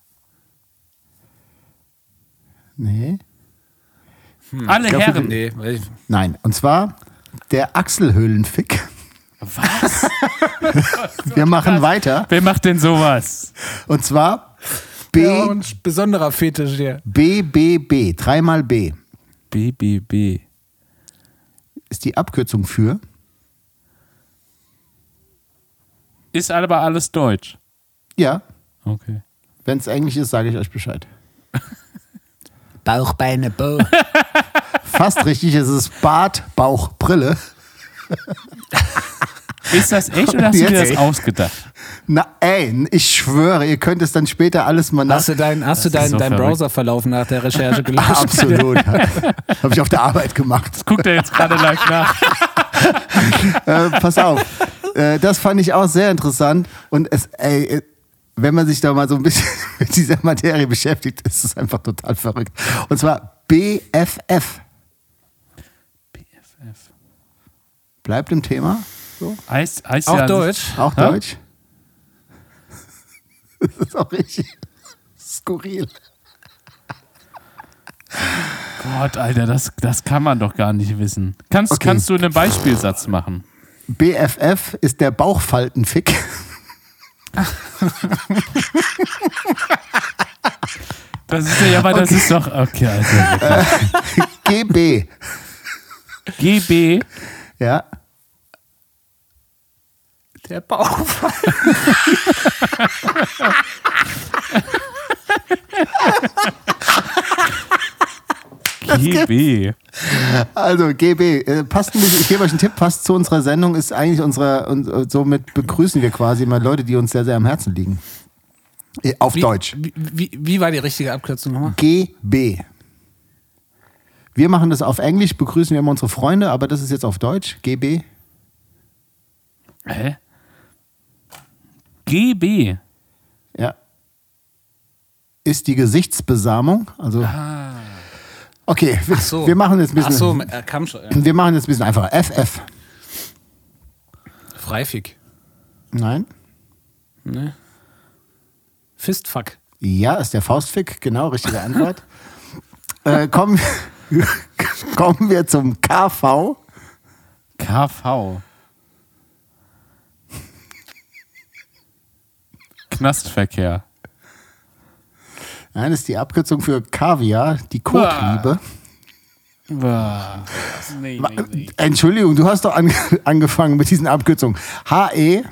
Nee, Alle glaub, Herren. Nee, weil ich- nein. Und zwar der Achselhöhlenfick. Was? Wir machen weiter. Wer macht denn sowas? Und zwar B, ja, ein besonderer Fetisch hier. B, B, B. Dreimal B B B B. ist die Abkürzung für. Ist aber alles Deutsch. Ja, Okay. wenn es Englisch ist, sage ich euch Bescheid. Bauch, Beine, Bo. Fast richtig, es ist Bart, Bauch, Brille. Ist das echt oder hast du dir Jetzt? das ausgedacht? Na, ey, ich schwöre, ihr könnt es dann später alles mal nach. Hast du deinen hast du ist deinen so deinen verrückt. Browserverlauf nach der Recherche gelöscht? Absolut. Habe ich auf der Arbeit gemacht. Guckt er jetzt gerade live nach? Äh, pass auf. Äh, das fand ich auch sehr interessant. Und es, ey, äh, wenn man sich da mal so ein bisschen mit dieser Materie beschäftigt, ist es einfach total verrückt. Und zwar B F F. B F F. Bleibt im Thema. So. Heißt, heißt Auch ja, Deutsch? Auch Hä? Deutsch. Das ist auch richtig skurril. Gott, Alter, das, das kann man doch gar nicht wissen. Kannst, Okay. kannst du einen Beispielsatz machen? B F F ist der Bauchfaltenfick. Das ist ja, aber das ist doch. Okay, Alter. G B. G B. Ja. Der Bauchfall. G B. Also G B, äh, passt ein bisschen, ich gebe euch einen Tipp, passt zu unserer Sendung, ist eigentlich unsere, und äh, somit begrüßen wir quasi immer Leute, die uns sehr, sehr am Herzen liegen. Äh, Auf Wie, Deutsch. Wie, wie, wie war die richtige Abkürzung nochmal? G B. Wir machen das auf Englisch, begrüßen wir immer unsere Freunde, aber das ist jetzt auf Deutsch. G B. Hä? G B. Ja. Ist die Gesichtsbesamung. Also. Okay, wir, Ach so. wir machen jetzt ein bisschen. Ach so, er kam schon. Ja. Wir machen jetzt ein bisschen einfacher. F F. Freifig. Nein. Ne? Fistfuck. Ja, ist der Faustfick, genau, richtige Antwort. äh, kommen, kommen wir zum K V. K V. Knastverkehr. Nein, das ist die Abkürzung für Kaviar, die Kotliebe. Boah. Nee, nee, nee. Entschuldigung, du hast doch an, angefangen mit diesen Abkürzungen. H E.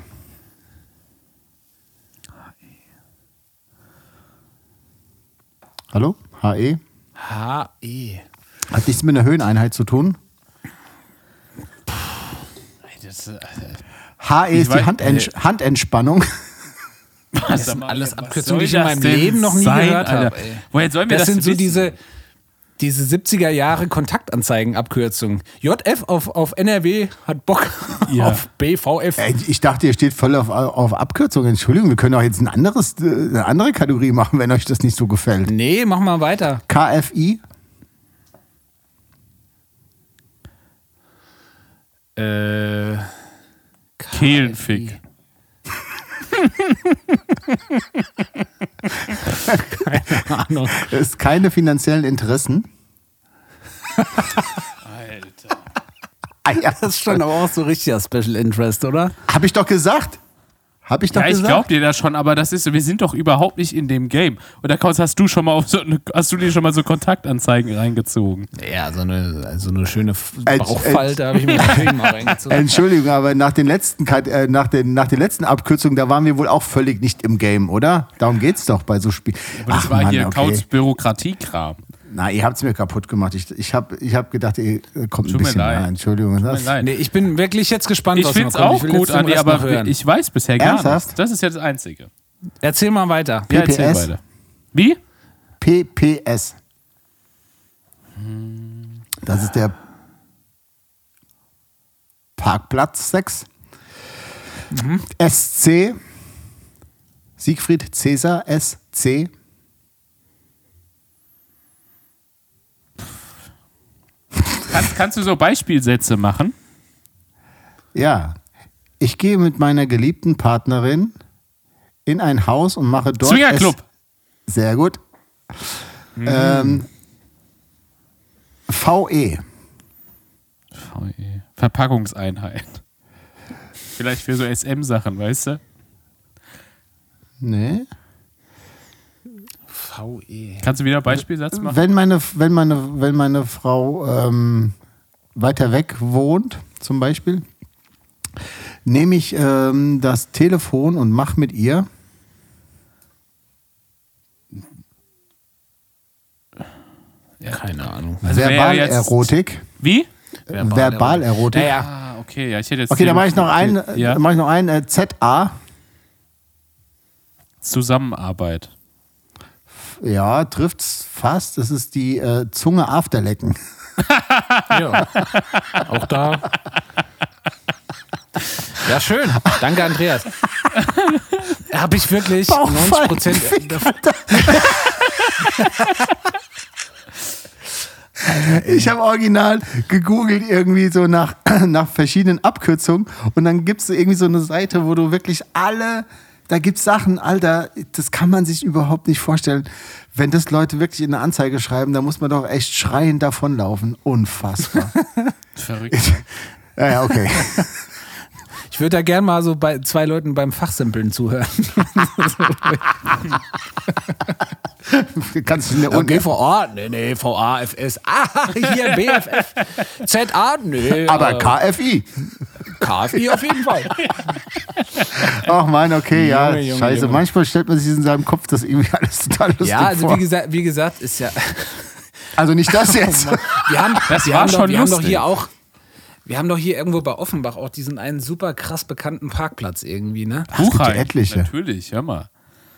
Hallo? H E. H E. Hat nichts mit einer Höheneinheit zu tun. Das, äh, H E Ich ist die weiß- Handents Handentspannung. was Das sind aber- alles was Abkürzungen, die ich soll in das meinem denn Leben noch nie sein, gehört Alter? habe. ey. Woher sollen wir Das das, sind so wissen? diese, diese siebziger Jahre Kontaktanzeigen-Abkürzungen. J F auf, auf N R W hat Bock Ja. auf B V F. Ey, ich dachte, ihr steht voll auf, auf Abkürzungen. Entschuldigung, wir können auch jetzt ein anderes, äh, eine andere Kategorie machen, wenn euch das nicht so gefällt. Nee, mach mal weiter. K F I. Äh, Kehlenfick. keine Ahnung. Das ist keine finanziellen Interessen. Alter. Ah, ja. Das ist schon aber auch so richtiger Special Interest, oder? Hab ich doch gesagt. Hab ich doch Ja, ich gesagt. glaub dir das schon, aber das ist, wir sind doch überhaupt nicht in dem Game. Und da Kaus, hast du schon mal auf so eine, hast du dir schon mal so Kontaktanzeigen reingezogen? Ja, so eine, so eine schöne Äh, Bauchfalte habe ich mir natürlich mal reingezogen. Entschuldigung, aber nach den letzten Kat- äh, nach den nach den letzten Abkürzungen, da waren wir wohl auch völlig nicht im Game, oder? Darum geht's doch bei so Spielen. Aber das war hier Kauz Bürokratiekram. Na, ihr habt's mir kaputt gemacht. Ich, ich habe ich hab gedacht, ihr kommt ein Tut mir bisschen leid. näher. Entschuldigung. Tut Das, mir leid. Nee, ich bin wirklich jetzt gespannt, Ich was find's noch kommt. auch Ich will gut, jetzt den Andi, Rest noch aber hören. ich weiß bisher gar Ernsthaft? nichts. Das ist ja das Einzige. Erzähl mal weiter. Ja, P P S? erzähl weiter. Wie? P P S. Das ist der Parkplatz sechs. Mhm. S C. Siegfried Cäsar S C. Kannst, kannst du so Beispielsätze machen? Ja. Ich gehe mit meiner geliebten Partnerin in ein Haus und mache dort. Swingerclub. Es- Sehr gut. Ähm, V E. V E. Verpackungseinheit. Vielleicht für so S M-Sachen, weißt du? Nee. V E. Kannst du wieder Beispielsatz machen? Wenn meine, wenn meine, wenn meine Frau ähm, weiter weg wohnt, zum Beispiel, nehme ich ähm, das Telefon und mache mit ihr. Ja. Keine Ahnung. Also wer jetzt- Verbalerotik. Wie? Verbalerotik. Ja, ja. Ah, okay, ja, ich hätte jetzt. Okay, dann mache ich noch einen, Ja. dann mache ich noch einen äh, Z A. Zusammenarbeit. Ja, trifft's fast. Das ist die äh, Zunge Afterlecken. Ja. Auch da. Ja, schön. Danke, Andreas. Habe ich wirklich neunzig Prozent. Ich habe original gegoogelt irgendwie so nach, nach verschiedenen Abkürzungen und dann gibt es irgendwie so eine Seite, wo du wirklich alle, da gibt es Sachen, Alter, das kann man sich überhaupt nicht vorstellen. Wenn das Leute wirklich in eine Anzeige schreiben, da muss man doch echt schreiend davonlaufen. Unfassbar. Verrückt. Ja, ja, okay. Ich würde da gern mal so bei zwei Leuten beim Fachsimpeln zuhören. Kannst du in der Ja, Uni. G V A? Nee, nee, V A F S. Ah, hier B F F. Z A? Nee. Aber äh, K F I. K F I auf jeden Fall. Ach man, okay, ja, Junge, Junge, scheiße. Junge. Manchmal stellt man sich in seinem Kopf das irgendwie alles total lustig Ja, also vor. wie gesagt, wie gesagt, ist ja. Also nicht das jetzt. Wir haben, Das wir war haben schon doch, wir haben doch lustig. hier auch. Wir haben doch hier irgendwo bei Offenbach auch diesen einen super krass bekannten Parkplatz irgendwie, ne? gibt ja Buchheim, etliche. natürlich, hör mal.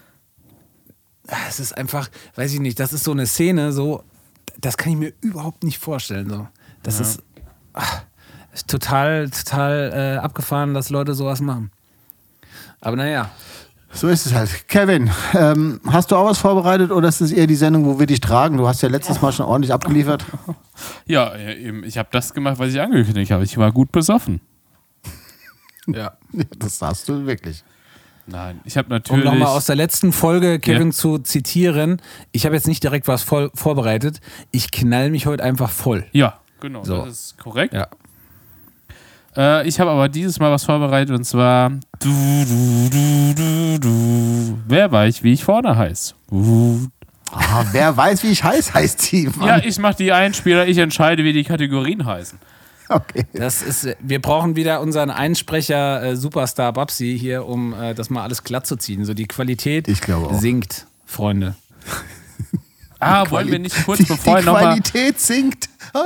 Es ist einfach, weiß ich nicht, das ist so eine Szene, so, das kann ich mir überhaupt nicht vorstellen. So. Das Ja. ist, ach, ist total, total äh, abgefahren, dass Leute sowas machen. Aber naja. So ist es halt. Kevin, ähm, hast du auch was vorbereitet oder ist es eher die Sendung, wo wir dich tragen? Du hast ja letztes Mal schon ordentlich abgeliefert. Ja, eben, ich habe das gemacht, was ich angekündigt habe. Ich war gut besoffen. Ja. Ja, das hast du wirklich. Nein, ich habe Um natürlich... nochmal aus der letzten Folge Kevin Ja. zu zitieren, ich habe jetzt nicht direkt was voll vorbereitet, ich knall mich heute einfach voll. Ja, genau, So. das ist korrekt. Ja. Äh, ich habe aber dieses Mal was vorbereitet und zwar du, du, du, du, du. Wer weiß, wie ich vorne heiße? Du. Ah, wer weiß, wie ich heiß, heißt sie. Mann. Ja, ich mache die Einspieler, ich entscheide, wie die Kategorien heißen. Okay. Das ist, äh, wir brauchen wieder unseren Einsprecher äh, Superstar Babsi hier, um äh, das mal alles glatt zu ziehen. So die Qualität Ich glaube auch. sinkt, Freunde. Ah, wollen wir nicht kurz die, bevor die nochmal... Qualität sinkt.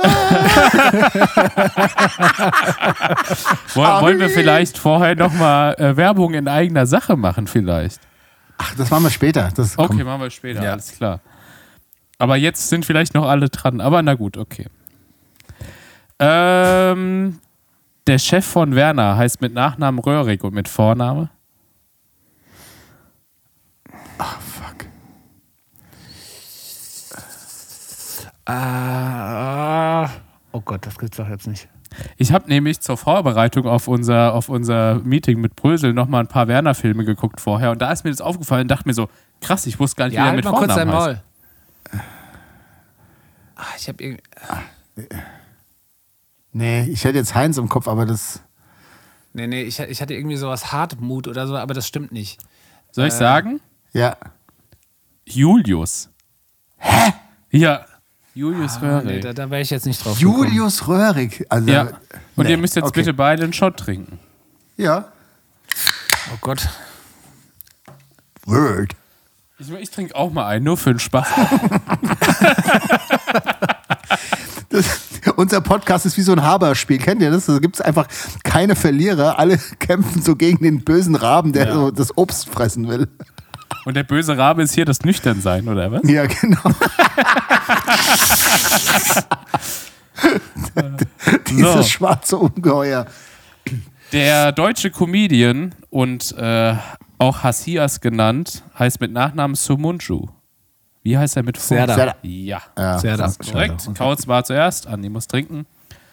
Wollen, wollen wir vielleicht vorher nochmal äh, Werbung in eigener Sache machen vielleicht? Ach, das machen wir später. Das Okay, kommt. machen wir später, Ja. alles klar. Aber jetzt sind vielleicht noch alle dran. Aber na gut, okay. Ähm, der Chef von Werner heißt mit Nachnamen Röhrig und mit Vorname? Ach, fuck. Ah, oh Gott, das gibt's doch jetzt nicht. Ich habe nämlich zur Vorbereitung auf unser, auf unser Meeting mit Brösel nochmal ein paar Werner-Filme geguckt vorher. Und da ist mir das aufgefallen und dachte mir so, krass, ich wusste gar nicht, Ja, wie er halt mit mal kurz dein Vornamen heißt. Maul. Ah, ich habe irgendwie... Nee, ich hätte jetzt Heinz im Kopf, aber das. Nee, nee, ich, ich hatte irgendwie sowas Hartmut oder so, aber das stimmt nicht. Soll ich sagen? Ja. Julius. Hä? Ja, Julius Ah, nee, Röhrig. da, da wäre ich jetzt nicht drauf gekommen. Julius Röhrig. Also, Ja. Und nee, ihr müsst jetzt okay. bitte beide einen Shot trinken. Ja. Oh Gott. Word. Ich, ich trinke auch mal einen, nur für den Spaß. Das, unser Podcast ist wie so ein Haberspiel. Kennt ihr das? Da gibt es einfach keine Verlierer. Alle kämpfen so gegen den bösen Raben, der Ja. so das Obst fressen will. Und der böse Rabe ist hier das Nüchternsein, oder was? Ja, genau. Dieses So. schwarze Ungeheuer. Der deutsche Comedian und äh, auch Hassias genannt, heißt mit Nachnamen Sumunju. Wie heißt er mit Vornamen? Serdar. Ja, Ja, Sehr das ist korrekt. Kautz war zuerst, Andi muss trinken.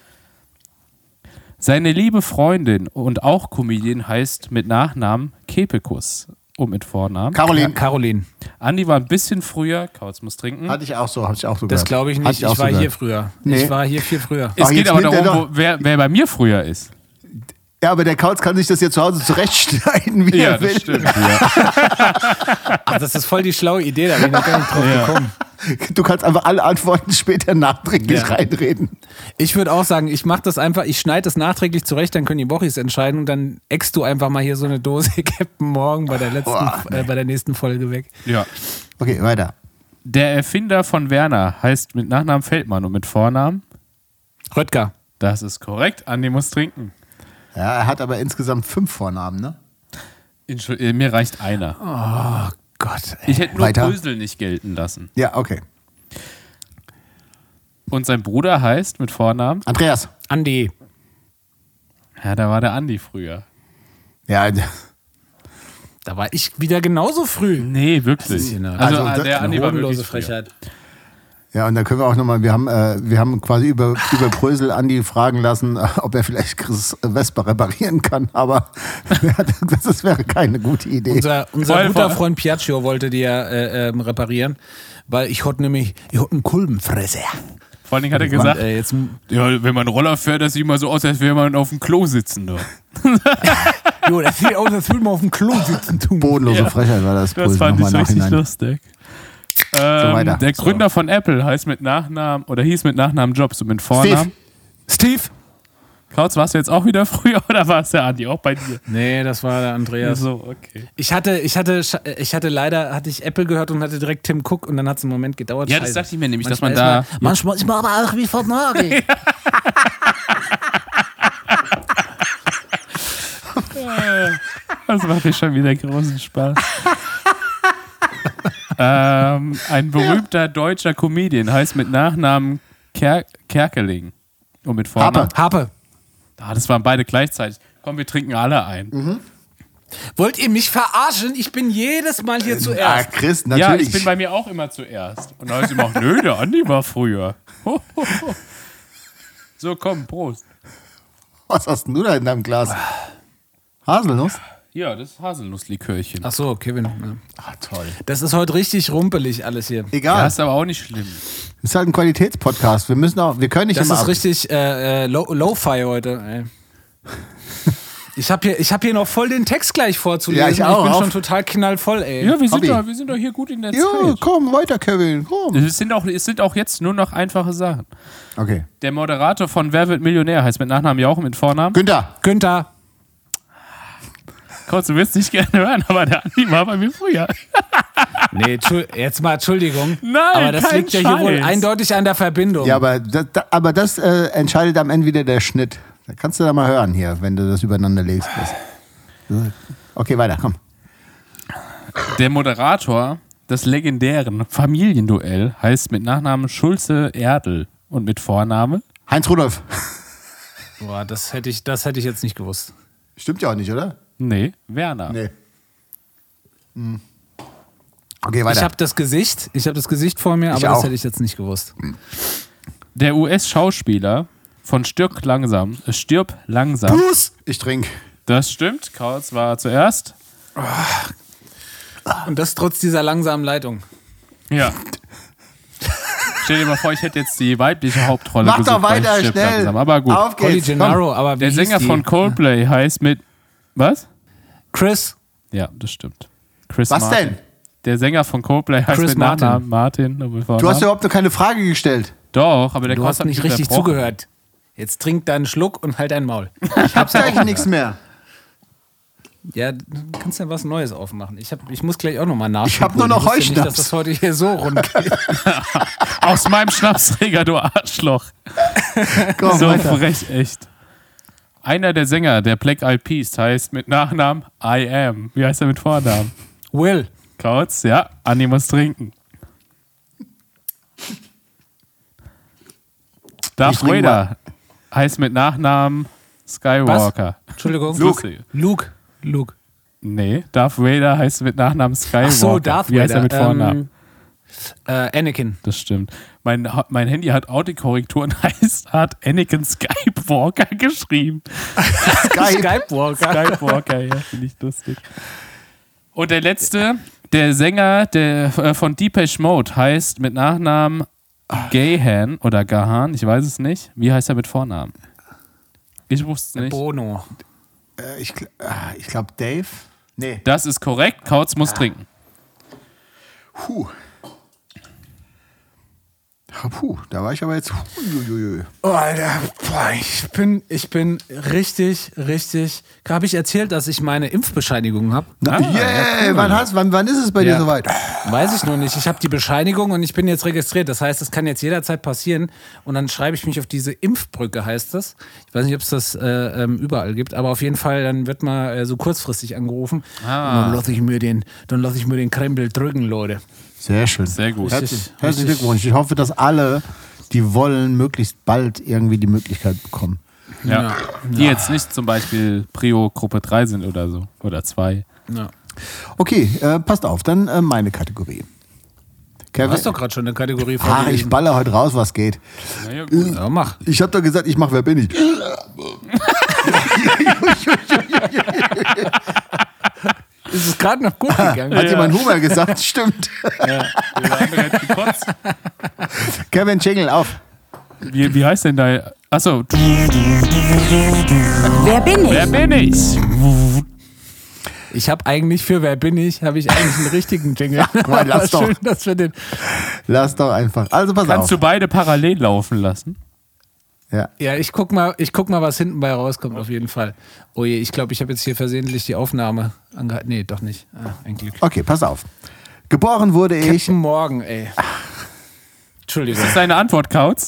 Seine liebe Freundin und auch Comedian heißt mit Nachnamen Kepekus und mit Vornamen. Ja, Caroline. Caroline. Andi war ein bisschen früher, Kautz muss trinken. Hatte ich auch so, hatte ich auch so Das gehört. glaube ich Hatte nicht. Ich, auch so war hier gehört. früher. Nee. Ich war hier viel früher. Es Ach, geht jetzt aber nimmt er darum, wo, wer, wer bei mir früher ist. Ja, aber der Kautz kann sich das jetzt zu Hause zurechtschneiden, wie Ja, er will. das stimmt. Ja. Ach, das ist voll die schlaue Idee, da bin ich noch gar nicht drauf Ja. gekommen. Du kannst einfach alle Antworten später nachträglich Ja. reinreden. Ich würde auch sagen, ich mache das einfach, ich schneide das nachträglich zurecht, dann können die Bochis entscheiden und dann eckst du einfach mal hier so eine Dose Captain Morgan bei der letzten, Boah, äh, bei der nächsten Folge weg. ja. Okay, weiter. Der Erfinder von Werner heißt mit Nachnamen Feldmann und mit Vornamen? Röttger. Das ist korrekt. Andi muss trinken. Ja, er hat aber insgesamt fünf Vornamen, ne? Entschuld- äh, mir reicht einer. Oh Gott. Ey. Ich hätte nur Weiter. Brösel nicht gelten lassen. Ja, okay. Und sein Bruder heißt mit Vornamen? Andreas. Andi. Ja, da war der Andi früher. Ja, Da war ich wieder genauso früh. Nee, wirklich. Das ist hier eine- also, also, äh, der eine Andi war Hodenlose wirklich früher. Frechheit. ja, und da können wir auch nochmal, wir haben, äh, wir haben quasi über, über Brösel Andi fragen lassen, äh, ob er vielleicht Chris Vespa reparieren kann, aber das ist, wäre keine gute Idee. Unser, unser Voll- guter voll- Freund Piaccio wollte die ja äh, ähm, reparieren, weil ich hatte nämlich, ich hatte einen Kulbenfresser. Vor allen Dingen hat er Und, gesagt, äh, jetzt, ja, wenn man Roller fährt, das sieht immer so aus, als wäre man auf dem Klo sitzen. Doch. jo, das sieht aus, als würde man auf dem Klo sitzen tun. Bodenlose Ja. Frechheit war das, Das Brösel fand ich nochmal richtig nachhinein. lustig. Ähm, weiter. der So. Gründer von Apple heißt mit Nachnamen oder hieß mit Nachnamen Jobs und mit Vornamen. Steve. Kautz, warst du jetzt auch wieder früher oder war es der Andi auch bei dir? Nee, das war der Andreas. So, okay. Ich hatte, ich hatte, ich hatte leider, hatte ich Apple gehört und hatte direkt Tim Cook und dann hat es einen Moment gedauert. Ja, das Scheiße. dachte ich mir nämlich, dass Manchmal man ist da. Man, manchmal ist man aber auch wie Vernagel. Das macht mir schon wieder großen Spaß. ähm, ein berühmter deutscher Comedian heißt mit Nachnamen Ker Kerkeling. Und mit Vornamen. Harpe. Ah, das waren beide gleichzeitig. Komm, wir trinken alle ein. Mhm. Wollt ihr mich verarschen? Ich bin jedes Mal hier Ah, zuerst. Chris, Ja, natürlich. ich bin bei mir auch immer zuerst. Und da heißt immer, nö, der Andi war früher. Ho, ho, ho. So, komm, Prost. Was hast denn du da in deinem Glas? Haselnuss? Ja, das ist Haselnusslikörchen. Ach so, Kevin. Ja. Ah, toll. Das ist heute richtig rumpelig alles hier. Egal. Ja, ist aber auch nicht schlimm. Ist halt ein Qualitätspodcast. Wir müssen auch, wir können nicht Das immer ist ab- richtig äh, äh, Lo- Lo-Fi heute. Ey. Ich habe hier, ich hab hier noch voll den Text gleich vorzulesen. Ja, ich auch. Ich bin Auf. schon total knallvoll, ey. Ja, wir sind, Hobby. doch, wir sind doch hier gut in der Ja, Zeit. komm, weiter, Kevin, komm. Es sind, auch, es sind auch jetzt nur noch einfache Sachen. Okay. Der Moderator von Wer wird Millionär heißt mit Nachnamen Jauch und mit Vornamen. Günther. Günther. Kurz, du wirst nicht gerne hören, aber der Andi war bei mir früher. Nee, Entschu- jetzt mal Entschuldigung. Nein, aber das kein liegt ja hier wohl Scheiß. eindeutig an der Verbindung. Ja, aber das, da, aber das äh, entscheidet am Ende wieder der Schnitt. Da kannst du da mal hören hier, wenn du das übereinander legst. Okay, weiter, komm. Der Moderator des legendären Familienduell heißt mit Nachnamen Schulze Erdl und mit Vorname. Heinz Rudolf. Boah, das hätte ich, das hätte ich jetzt nicht gewusst. Stimmt ja auch nicht, oder? Nee, Werner. Nee. Hm. Okay, weiter. Ich habe das Gesicht, ich habe das Gesicht vor mir, aber Ich das auch. hätte ich jetzt nicht gewusst. Der U S-Schauspieler von Stirb langsam, äh, Stirb langsam. Plus. Ich trinke. Das stimmt, Kautz war zuerst. Und das trotz dieser langsamen Leitung. Ja. Stell dir mal vor, ich hätte jetzt die weibliche Hauptrolle Mach gesucht doch bei weiter, Stirb schnell. langsam. Aber gut. Auf Holly geht's. Gennaro, Komm. aber wie Der hieß Sänger die? von Coldplay heißt mit. Was? Chris. Ja, das stimmt. Chris Was Martin. denn? Der Sänger von Coldplay heißt Chris mit Martin. Nachnamen Martin. und mit Du hast Vornamen. überhaupt noch keine Frage gestellt. Doch, aber der Du Kautz hast hat nicht mich richtig unterbrochen. zugehört. Jetzt trink deinen Schluck und halt dein Maul. Ich hab gleich nichts mehr. Ja, du kannst ja was Neues aufmachen. Ich, hab, ich muss gleich auch nochmal nachschauen. Ich hab nur noch wusste nicht, Heuschnaps. dass das heute hier so rund geht. Aus meinem Schnapsträger, du Arschloch. Komm, so weiter. frech, echt. Einer der Sänger der Black Eyed Peas heißt mit Nachnamen I Am. Wie heißt er mit Vornamen? Will. Kautz, ja, Andi muss trinken. Darth trinke Vader heißt mit Nachnamen Skywalker. Entschuldigung. Luke. Luke. Luke. Nee, Darth Vader heißt mit Nachnamen Skywalker. Ach so, Darth Wie heißt er Vader. mit Vornamen? Ähm, äh, Anakin. Das stimmt. Mein, mein Handy hat Autokorrektur und heißt, hat Anakin Skywalker geschrieben. Skype. Skywalker. Skywalker, ja, finde ich lustig. Und der letzte, der Sänger der, äh, von Depeche Mode heißt mit Nachnamen Gahan oder Gahan, ich weiß es nicht. Wie heißt er mit Vornamen? Ich wusste es nicht. Bono. Äh, ich gl- ah, ich glaube Dave. Nee. Das ist korrekt. Kautz muss trinken. Puh. Ah, Puh, da war ich aber jetzt. Huiuiui. Oh, Alter, boah, ich bin, ich bin richtig, richtig. Habe ich erzählt, dass ich meine Impfbescheinigung habe? Ah, Yeah, ja, cool. wann, hast, wann, wann ist es bei Ja. dir soweit? Weiß ich noch nicht. Ich habe die Bescheinigung und ich bin jetzt registriert. Das heißt, es kann jetzt jederzeit passieren. Und dann schreibe ich mich auf diese Impfbrücke, heißt das. Ich weiß nicht, ob es das äh, ähm, überall gibt, aber auf jeden Fall, dann wird mal äh, so kurzfristig angerufen. Ah. Und dann lasse ich mir den, dann lasse ich mir den Krempel drücken, Leute. Sehr schön. Sehr gut. Herzlich, Richtig, herzlichen richtig. Glückwunsch. Ich hoffe, dass alle, die wollen, möglichst bald irgendwie die Möglichkeit bekommen. Ja. Ja. Die jetzt nicht zum Beispiel Prio Gruppe drei sind oder so. Oder zwei. Ja. Okay, äh, passt auf, dann äh, meine Kategorie. Du Kevin, hast doch gerade schon eine Kategorie ah, ich vorgelesen. baller heute raus, was geht. Naja, gut. Ja, mach. Ich habe doch gesagt, ich mach Wer bin ich? Ist es gerade noch gut gegangen? Hat jemand Humor gesagt? Stimmt. Ja, wir waren direkt gekotzt. Kevin, Jingle auf. Wie, wie heißt denn da? Achso, Wer bin ich? wer bin ich? Ich habe eigentlich für Wer bin ich, habe ich eigentlich einen richtigen Jingle. Mann, lass doch. Schön, dass wir den. Lass doch einfach. Also pass Kannst auf. du beide parallel laufen lassen? Ja. Ja, ich guck mal, ich guck mal, was hinten bei rauskommt, auf jeden Fall. Oh je, ich glaube, ich habe jetzt hier versehentlich die Aufnahme angehalten. Nee, doch nicht. Ah, ein Glück. Okay, pass auf. Geboren wurde ich. Captain Morgan, ey. Entschuldigung. Das ist deine Antwort, Kautz?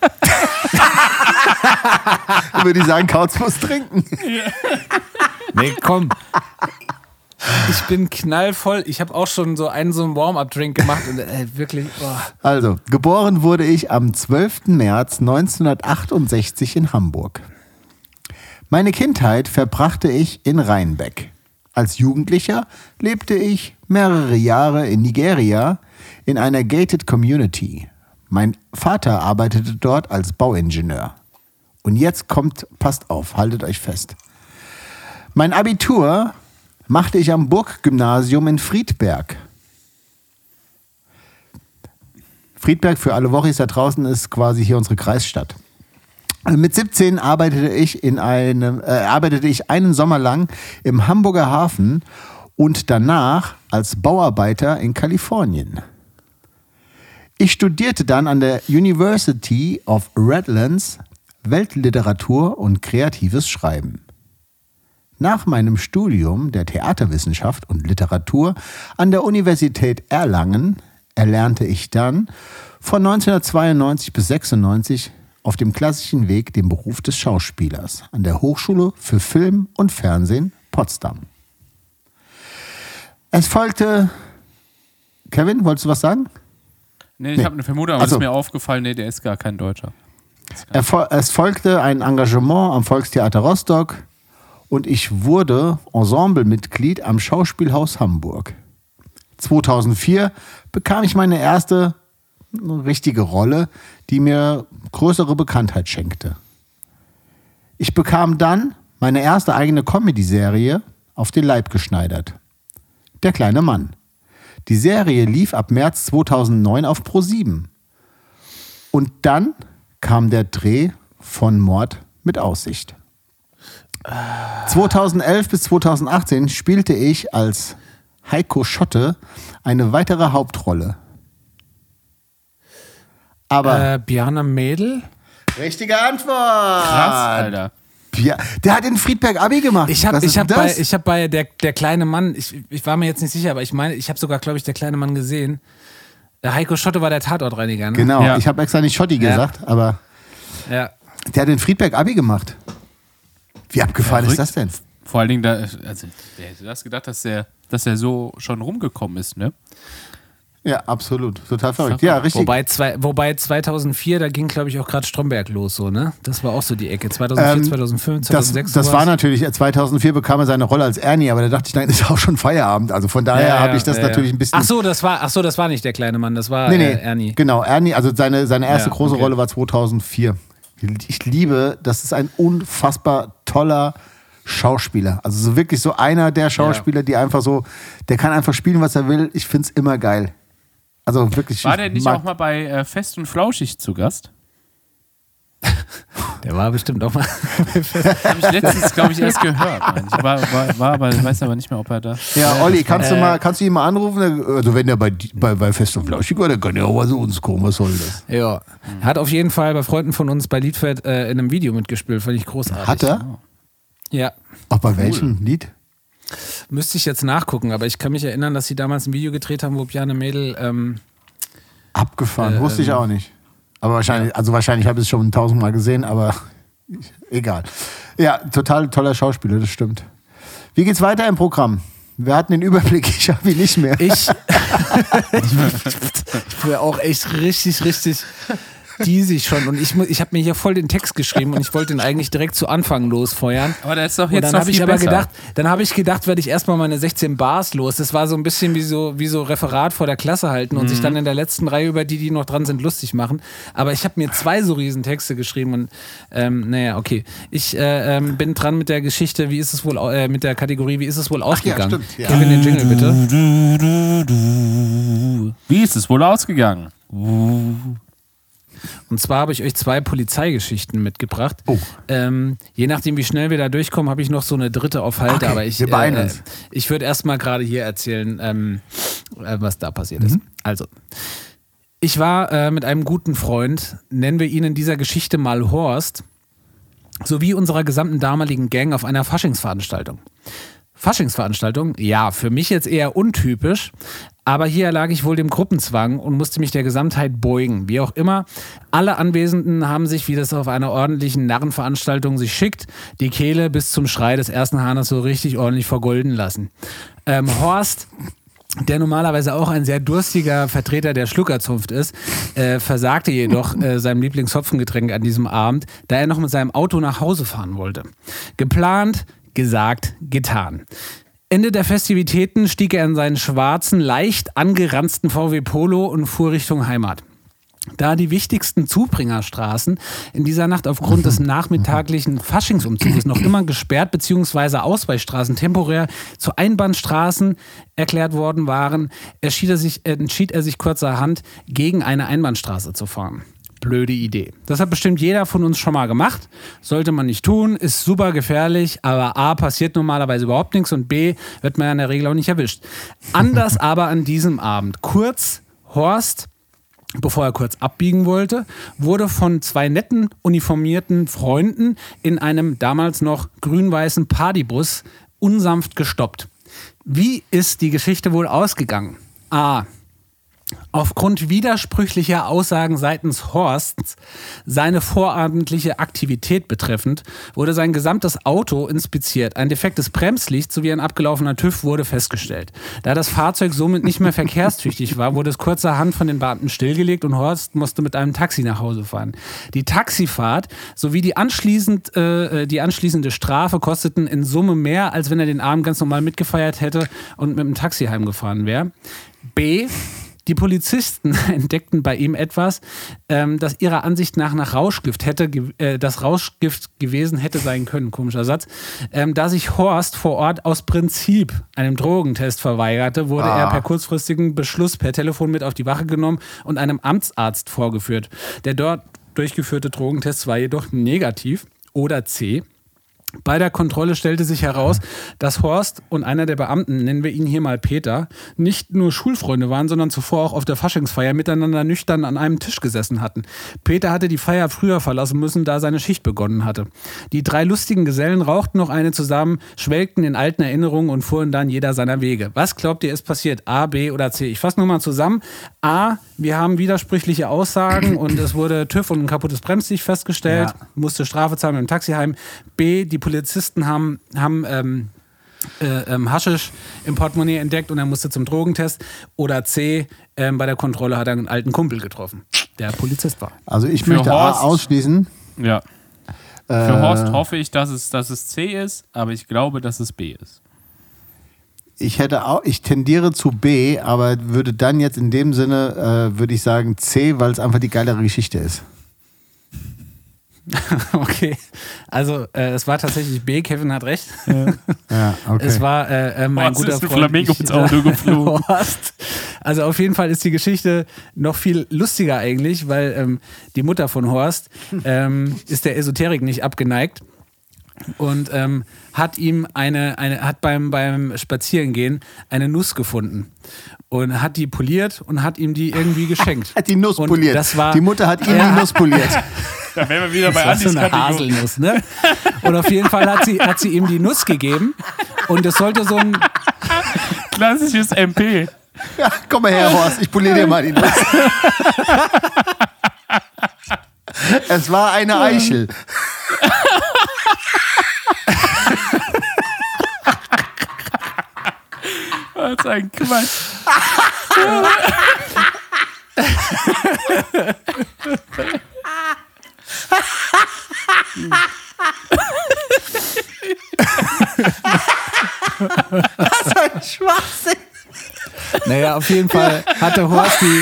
Würde ich sagen, Kautz muss trinken. Nee, komm. Ich bin knallvoll. Ich habe auch schon so einen so einen Warm-Up-Drink gemacht und äh, wirklich. Oh. Also, geboren wurde ich am zwölften März neunzehnhundertachtundsechzig in Hamburg. Meine Kindheit verbrachte ich in Rheinbeck. Als Jugendlicher lebte ich mehrere Jahre in Nigeria in einer gated community. Mein Vater arbeitete dort als Bauingenieur. Und jetzt kommt, passt auf, haltet euch fest. Mein Abitur machte ich am Burggymnasium in Friedberg. Friedberg, für alle Wochis da draußen, ist quasi hier unsere Kreisstadt. Mit siebzehn arbeitete ich, in einem, äh, arbeitete ich einen Sommer lang im Hamburger Hafen und danach als Bauarbeiter in Kalifornien. Ich studierte dann an der University of Redlands Weltliteratur und kreatives Schreiben. Nach meinem Studium der Theaterwissenschaft und Literatur an der Universität Erlangen erlernte ich dann von neunzehnhundertzweiundneunzig bis sechsundneunzig auf dem klassischen Weg den Beruf des Schauspielers an der Hochschule für Film und Fernsehen Potsdam. Es folgte... Kevin, wolltest du was sagen? Nee, ich Nee. habe eine Vermutung, aber Ach so. ist mir aufgefallen, nee, der ist gar kein Deutscher. Erfol- Es folgte ein Engagement am Volkstheater Rostock und ich wurde Ensemblemitglied am Schauspielhaus Hamburg. zweitausendvier bekam ich meine erste richtige Rolle, die mir größere Bekanntheit schenkte. Ich bekam dann meine erste eigene Comedy-Serie auf den Leib geschneidert. Der kleine Mann. Die Serie lief ab März zweitausendneun auf ProSieben. Und dann kam der Dreh von Mord mit Aussicht. zweitausendelf bis zweitausendachtzehn spielte ich als Heiko Schotte eine weitere Hauptrolle. Aber Äh, Bjarne Mädel? richtige Antwort! Krass, Alter. Ja, der hat in Friedberg Abi gemacht. Ich habe Was ich ist hab denn bei, das? ich hab bei der, der kleine Mann, ich, ich war mir jetzt nicht sicher, aber ich meine, ich habe sogar, glaube ich, der kleine Mann gesehen. Der Heiko Schotte war der Tatortreiniger, ne? Genau, Ja. ich habe extra nicht Schotti Ja. gesagt, aber Ja. der hat in Friedberg Abi gemacht. Wie abgefahren ist das denn? Vor allen Dingen, da, also, wer hätte das gedacht, dass der, dass er so schon rumgekommen ist, ne? Ja, absolut. Total verrückt. Ja, richtig. Wobei, zwei, wobei zweitausendvier, da ging, glaube ich, auch gerade Stromberg los, so, ne? Das war auch so die Ecke. zweitausendvier, Ähm, zweitausendfünf, Das, zweitausendsechs. das sowas. war natürlich, zweitausendvier bekam er seine Rolle als Ernie, aber da dachte ich, dann ist auch schon Feierabend. Also von daher Ja, ja, habe ich das ja, ja. natürlich ein bisschen... Ach so, das war, ach so, das war nicht der kleine Mann, das war nee, nee, äh, Ernie. genau, Ernie, also seine, seine erste Ja, große okay. Rolle war zweitausendvier. Ich liebe, das ist ein unfassbar toller Schauspieler. Also so wirklich so einer der Schauspieler, die einfach so, der kann einfach spielen, was er will. Ich finde es immer geil. Also wirklich. War ich der nicht mag- auch mal bei äh, Fest und Flauschig zu Gast? Der war bestimmt auch mal. Habe ich letztens, glaube ich, erst gehört. Mann. Ich war, war, war aber weiß aber nicht mehr, ob er da. Ja, Olli, kannst du Äh, mal, kannst du ihn mal anrufen? Also wenn der bei, bei, bei Fest und Flauschig war, dann kann der auch mal zu uns kommen. Was soll das? Ja. Er hat auf jeden Fall bei Freunden von uns bei Liedfeld äh, in einem Video mitgespielt, fand ich großartig. Hat er? Ja. Auch bei welchem Lied? Müsste ich jetzt nachgucken, aber ich kann mich erinnern, dass sie damals ein Video gedreht haben, wo Bjarne Mädel. Ähm, Abgefahren, Äh, wusste ich auch nicht. Aber wahrscheinlich, also wahrscheinlich habe ich es schon tausendmal gesehen, aber egal. Ja, total toller Schauspieler, das stimmt. Wie geht's weiter im Programm? Wir hatten den Überblick, ich habe ihn nicht mehr. ich. ich bin auch echt richtig, richtig diesig schon. Und ich, mu- ich habe mir hier voll den Text geschrieben und ich wollte ihn eigentlich direkt zu Anfang losfeuern. Aber der ist doch Und jetzt dann noch habe ich viel aber besser. gedacht, dann habe ich gedacht, werde ich erstmal meine sechzehn Bars los. Das war so ein bisschen wie so, wie so Referat vor der Klasse halten und sich dann in der letzten Reihe über die, die noch dran sind, lustig machen. Aber ich habe mir zwei so riesen Texte geschrieben und ähm, naja, okay. Ich äh, ähm, bin dran mit der Geschichte, wie ist es wohl, au- äh, mit der Kategorie, wie ist es wohl ausgegangen? stimmt, ja. Kevin, den Jingle bitte. Du, du, du. Wie ist es wohl ausgegangen? Und zwar habe ich euch zwei Polizeigeschichten mitgebracht. Oh. Ähm, je nachdem, wie schnell wir da durchkommen, habe ich noch so eine dritte auf Halde. Okay, aber ich, wir beeilen äh, uns. ich würde erst mal gerade hier erzählen, ähm, äh, was da passiert Mhm. ist. Also, ich war äh, mit einem guten Freund, nennen wir ihn in dieser Geschichte mal Horst, sowie unserer gesamten damaligen Gang auf einer Faschingsveranstaltung. Faschingsveranstaltung? Ja, für mich jetzt eher untypisch, aber hier erlag ich wohl dem Gruppenzwang und musste mich der Gesamtheit beugen. Wie auch immer, alle Anwesenden haben sich, wie das auf einer ordentlichen Narrenveranstaltung sich schickt, die Kehle bis zum Schrei des ersten Hahnes so richtig ordentlich vergolden lassen. Ähm, Horst, der normalerweise auch ein sehr durstiger Vertreter der Schluckerzunft ist, äh, versagte jedoch äh, seinem Lieblingshopfengetränk an diesem Abend, da er noch mit seinem Auto nach Hause fahren wollte. Geplant, gesagt, getan. Ende der Festivitäten stieg er in seinen schwarzen, leicht angeranzten V W Polo und fuhr Richtung Heimat. Da die wichtigsten Zubringerstraßen in dieser Nacht aufgrund des nachmittaglichen Faschingsumzuges noch immer gesperrt bzw. Ausweichstraßen temporär zu Einbahnstraßen erklärt worden waren, entschied er sich, entschied er sich kurzerhand gegen eine Einbahnstraße zu fahren. Blöde Idee. Das hat bestimmt jeder von uns schon mal gemacht. Sollte man nicht tun, ist super gefährlich, aber A, passiert normalerweise überhaupt nichts und B, wird man ja in der Regel auch nicht erwischt. Anders aber an diesem Abend. Kurz, Horst, bevor er kurz abbiegen wollte, wurde von zwei netten, uniformierten Freunden in einem damals noch grün-weißen Partybus unsanft gestoppt. Wie ist die Geschichte wohl ausgegangen? A. Aufgrund widersprüchlicher Aussagen seitens Horsts, seine vorabendliche Aktivität betreffend, wurde sein gesamtes Auto inspiziert. Ein defektes Bremslicht sowie ein abgelaufener TÜV wurde festgestellt. Da das Fahrzeug somit nicht mehr verkehrstüchtig war, wurde es kurzerhand von den Beamten stillgelegt und Horst musste mit einem Taxi nach Hause fahren. Die Taxifahrt sowie die, anschließend, äh, die anschließende Strafe kosteten in Summe mehr, als wenn er den Abend ganz normal mitgefeiert hätte und mit dem Taxi heimgefahren wäre. B. Die Polizisten entdeckten bei ihm etwas, ähm, das ihrer Ansicht nach nach Rauschgift hätte, äh, das Rauschgift gewesen hätte sein können, komischer Satz. Ähm, da sich Horst vor Ort aus Prinzip einem Drogentest verweigerte, wurde Ah. er per kurzfristigen Beschluss per Telefon mit auf die Wache genommen und einem Amtsarzt vorgeführt. Der dort durchgeführte Drogentest war jedoch negativ. Oder C. Bei der Kontrolle stellte sich heraus, dass Horst und einer der Beamten, nennen wir ihn hier mal Peter, nicht nur Schulfreunde waren, sondern zuvor auch auf der Faschingsfeier miteinander nüchtern an einem Tisch gesessen hatten. Peter hatte die Feier früher verlassen müssen, da seine Schicht begonnen hatte. Die drei lustigen Gesellen rauchten noch eine zusammen, schwelgten in alten Erinnerungen und fuhren dann jeder seiner Wege. Was glaubt ihr ist passiert? A, B oder C? Ich fasse nur mal zusammen. A, wir haben widersprüchliche Aussagen und es wurde TÜV und ein kaputtes Bremslicht festgestellt, Ja. musste Strafe zahlen mit dem Taxi heim. B, die Polizisten haben, haben ähm, äh, ähm, Haschisch im Portemonnaie entdeckt und er musste zum Drogentest. Oder C, ähm, bei der Kontrolle hat er einen alten Kumpel getroffen, der Polizist war. Also ich Für möchte A Horst- ausschließen. Ja. Für Äh, Horst hoffe ich, dass es, dass es C ist, aber ich glaube, dass es B ist. Ich hätte auch, ich tendiere zu B, aber würde dann jetzt in dem Sinne, äh, würde ich sagen C, weil es einfach die geilere Geschichte ist. Okay, also äh, es war tatsächlich B, Kevin hat recht. Ja, okay. Es war äh, äh, mein Horst guter ist ein Freund. Flamingo ich- ins Auto geflogen. Horst. Also auf jeden Fall ist die Geschichte noch viel lustiger eigentlich, weil ähm, die Mutter von Horst ähm, ist der Esoterik nicht abgeneigt und ähm, hat ihm eine, eine hat beim, beim Spazierengehen eine Nuss gefunden und hat die poliert und hat ihm die irgendwie geschenkt. Hat die Nuss Und poliert. Das war, die Mutter hat ihm Ja. die Nuss poliert. Da wären wir wieder bei das war so Andis eine Kategorie. Haselnuss, ne? Und auf jeden Fall hat sie, hat sie ihm die Nuss gegeben und es sollte so ein Klassisches M P. Ja, komm mal her, Horst, ich poliere dir mal die Nuss. Es war eine Eichel. Was ein Quatsch. Schwachsinn. Naja, auf jeden Fall hatte Horsti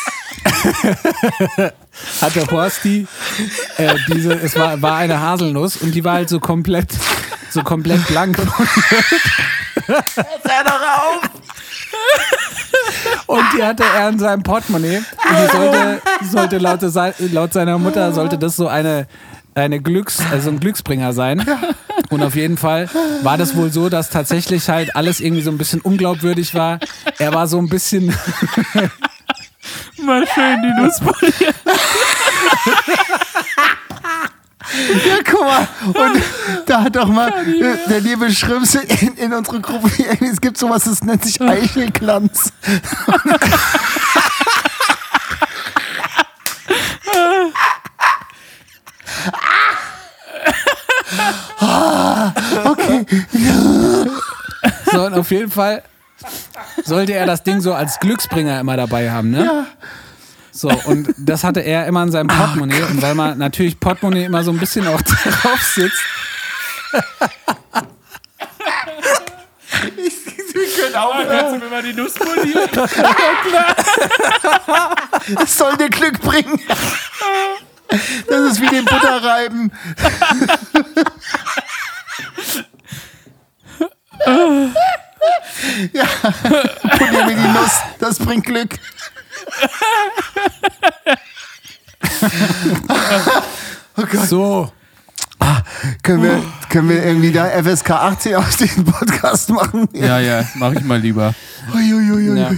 hatte Horsti äh, diese, es war, war eine Haselnuss und die war halt so komplett so komplett blank. Hör doch auf. Und die hatte er in seinem Portemonnaie. Und die sollte, sollte laut, laut seiner Mutter sollte das so eine, eine Glücks, also ein Glücksbringer sein. Und auf jeden Fall war das wohl so, dass tatsächlich halt alles irgendwie so ein bisschen unglaubwürdig war. Er war so ein bisschen... Mal schön die Nuss polieren. Ja, guck mal. Und da hat doch mal äh, der liebe Schrimps in, in unsere Gruppe, es gibt sowas, das nennt sich Eichelglanz. ah, okay. So, und auf jeden Fall sollte er das Ding so als Glücksbringer immer dabei haben, ne? Ja. So, und das hatte er immer in seinem Portemonnaie. Und weil man natürlich Portemonnaie immer so ein bisschen auch drauf sitzt. Wir können auch kannst du mir mal die Nuss polieren? Das soll dir Glück bringen. Das ist wie den Butterreiben. Ja, polier mir die Nuss, das bringt Glück. Oh Gott. So. Ah, können, wir, können wir irgendwie da F S K achtzehn aus diesem Podcast machen? Ja, ja, mach ich mal lieber. Uiuiui. Ja.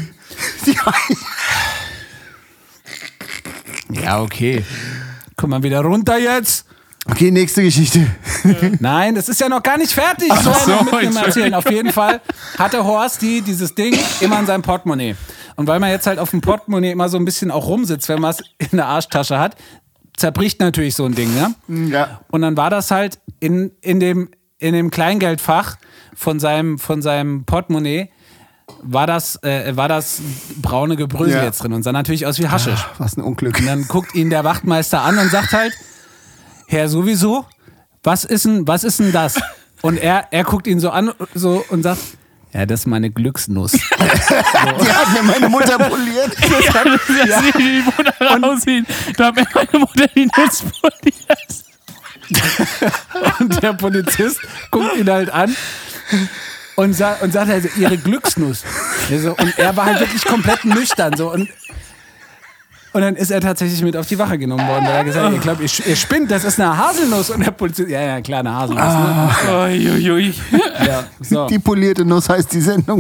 Ja. Ja, okay. Komm mal wieder runter jetzt. Okay, nächste Geschichte. Nein, das ist ja noch gar nicht fertig. Ach Ich soll so, noch mit dem erzählen. Entschuldigung. Auf jeden Fall hatte Horsti dieses Ding immer in seinem Portemonnaie. Und weil man jetzt halt auf dem Portemonnaie immer so ein bisschen auch rumsitzt, wenn man es in der Arschtasche hat, zerbricht natürlich so ein Ding, ne? Ja. Und dann war das halt in, in, dem, in dem Kleingeldfach von seinem, von seinem Portemonnaie war das, äh, war das braune Gebrösel Ja. jetzt drin und sah natürlich aus wie Haschisch. Was ein Unglück. Und dann guckt ihn der Wachtmeister an und sagt halt, Herr sowieso, was ist denn, was ist denn das? Und er, er guckt ihn so an so, und sagt, ja, das ist meine Glücksnuss. Die hat mir meine Mutter poliert. Ja, ja. Die Mutter rausziehen. Da hat mir meine Mutter die Nuss poliert. Und der Polizist guckt ihn halt an und, sa und sagt halt, ihre Glücksnuss. Ja, so, und er war halt wirklich komplett nüchtern. So, und, und dann ist er tatsächlich mit auf die Wache genommen worden, weil er gesagt hat, ihr glaubt, ihr, ihr spinnt, das ist eine Haselnuss. Und der Polizist, ja, ja, klar, eine Haselnuss. Ah. Ne? Uiuiui. Ja, so. Die polierte Nuss heißt die Sendung.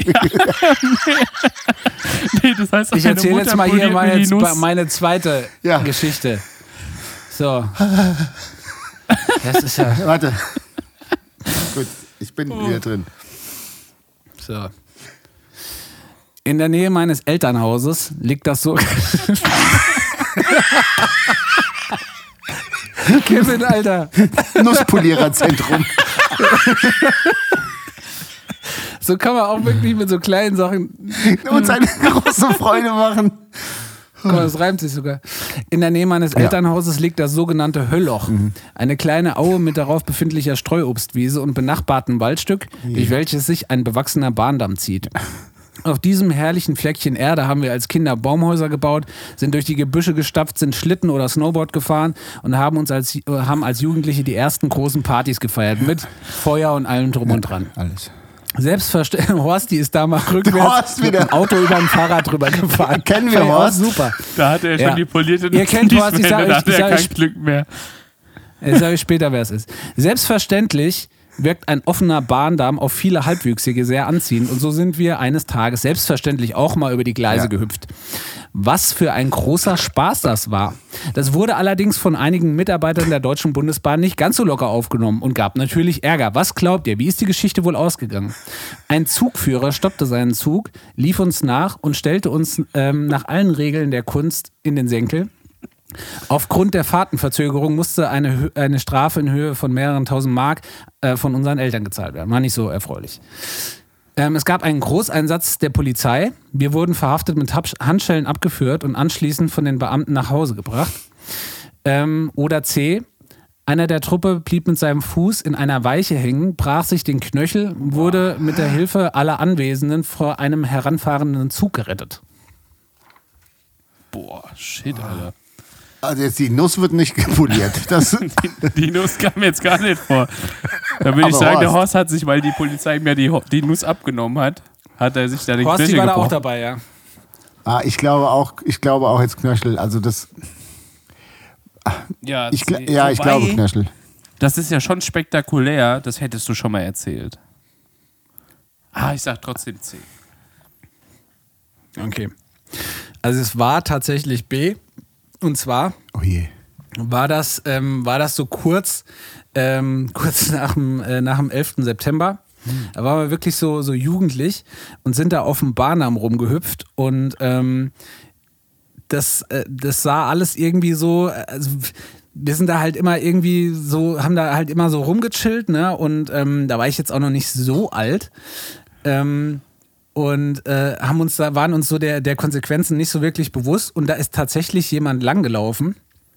Nee, das heißt, Ich meine erzähle Mutter jetzt mal hier poliert mir meine, die Nuss. meine zweite Ja. Geschichte. So. Das ist ja. Warte. Gut, ich bin wieder drin. So. In der Nähe meines Elternhauses liegt das so. Kevin, Alter. Nusspoliererzentrum. So kann man auch wirklich mit so kleinen Sachen. Uns eine große Freude machen. Guck mal, das reimt sich sogar. In der Nähe meines Ja. Elternhauses liegt das sogenannte Höllloch. Eine kleine Aue mit darauf befindlicher Streuobstwiese und benachbartem Waldstück, durch welches sich ein bewachsener Bahndamm zieht. Auf diesem herrlichen Fleckchen Erde haben wir als Kinder Baumhäuser gebaut, sind durch die Gebüsche gestapft, sind Schlitten oder Snowboard gefahren und haben uns als, haben als Jugendliche die ersten großen Partys gefeiert. Mit Feuer und allem drum und dran. Alles. Selbstverständlich, Horsti ist da mal rückwärts Horst mit wieder. dem Auto über ein Fahrrad drüber gefahren. Kennen wir Fand ich auch Horst? Super. Da hat er schon Ja. die polierte Ihr Nuss kennt in die Horst, ich Hände, sag da euch- hat ich er sag kein euch- Glück mehr. Jetzt sage ich später, wer es ist. Selbstverständlich wirkt ein offener Bahndamm auf viele Halbwüchsige sehr anziehend und so sind wir eines Tages selbstverständlich auch mal über die Gleise Ja. gehüpft. Was für ein großer Spaß das war. Das wurde allerdings von einigen Mitarbeitern der Deutschen Bundesbahn nicht ganz so locker aufgenommen und gab natürlich Ärger. Was glaubt ihr, wie ist die Geschichte wohl ausgegangen? Ein Zugführer stoppte seinen Zug, lief uns nach und stellte uns ähm, nach allen Regeln der Kunst in den Senkel. Aufgrund der Fahrtenverzögerung musste eine, Hö- eine Strafe in Höhe von mehreren tausend Mark äh, von unseren Eltern gezahlt werden. War nicht so erfreulich. Ähm, es gab einen Großeinsatz der Polizei. Wir wurden verhaftet, mit Hab- Handschellen abgeführt und anschließend von den Beamten nach Hause gebracht. Ähm, oder C. Einer der Truppe blieb mit seinem Fuß in einer Weiche hängen, brach sich den Knöchel, wurde mit der Hilfe aller Anwesenden vor einem heranfahrenden Zug gerettet. Boah, shit, Alter. Also jetzt die Nuss wird nicht poliert. Das, Die, die Nuss kam mir jetzt gar nicht vor. Da würde ich Aber sagen, der Horst. Horst hat sich, weil die Polizei ihm ja die, Ho- die Nuss abgenommen hat, hat er sich da den Horsti Knöchel war da auch gebrochen. dabei, ja. Ah, ich glaube auch, ich glaube auch jetzt Knöchel. Also das. Ja, Ich, C. ja, ich Wobei, glaube Knöchel. Das ist ja schon spektakulär, das hättest du schon mal erzählt. Ah, ich sag trotzdem C. Okay. Also es war tatsächlich B. Und zwar Oh je. war das, ähm, war das so kurz, ähm, kurz nach dem, äh, nach dem elften September. Da waren wir wirklich so, so jugendlich und sind da auf dem Bahndamm rumgehüpft und ähm, das, äh, das sah alles irgendwie so, also wir sind da halt immer irgendwie so, haben da halt immer so rumgechillt, ne? Und ähm, da war ich jetzt auch noch nicht so alt. Ähm, und äh, haben uns da, waren uns so der, der Konsequenzen nicht so wirklich bewusst. Und da ist tatsächlich jemand langgelaufen,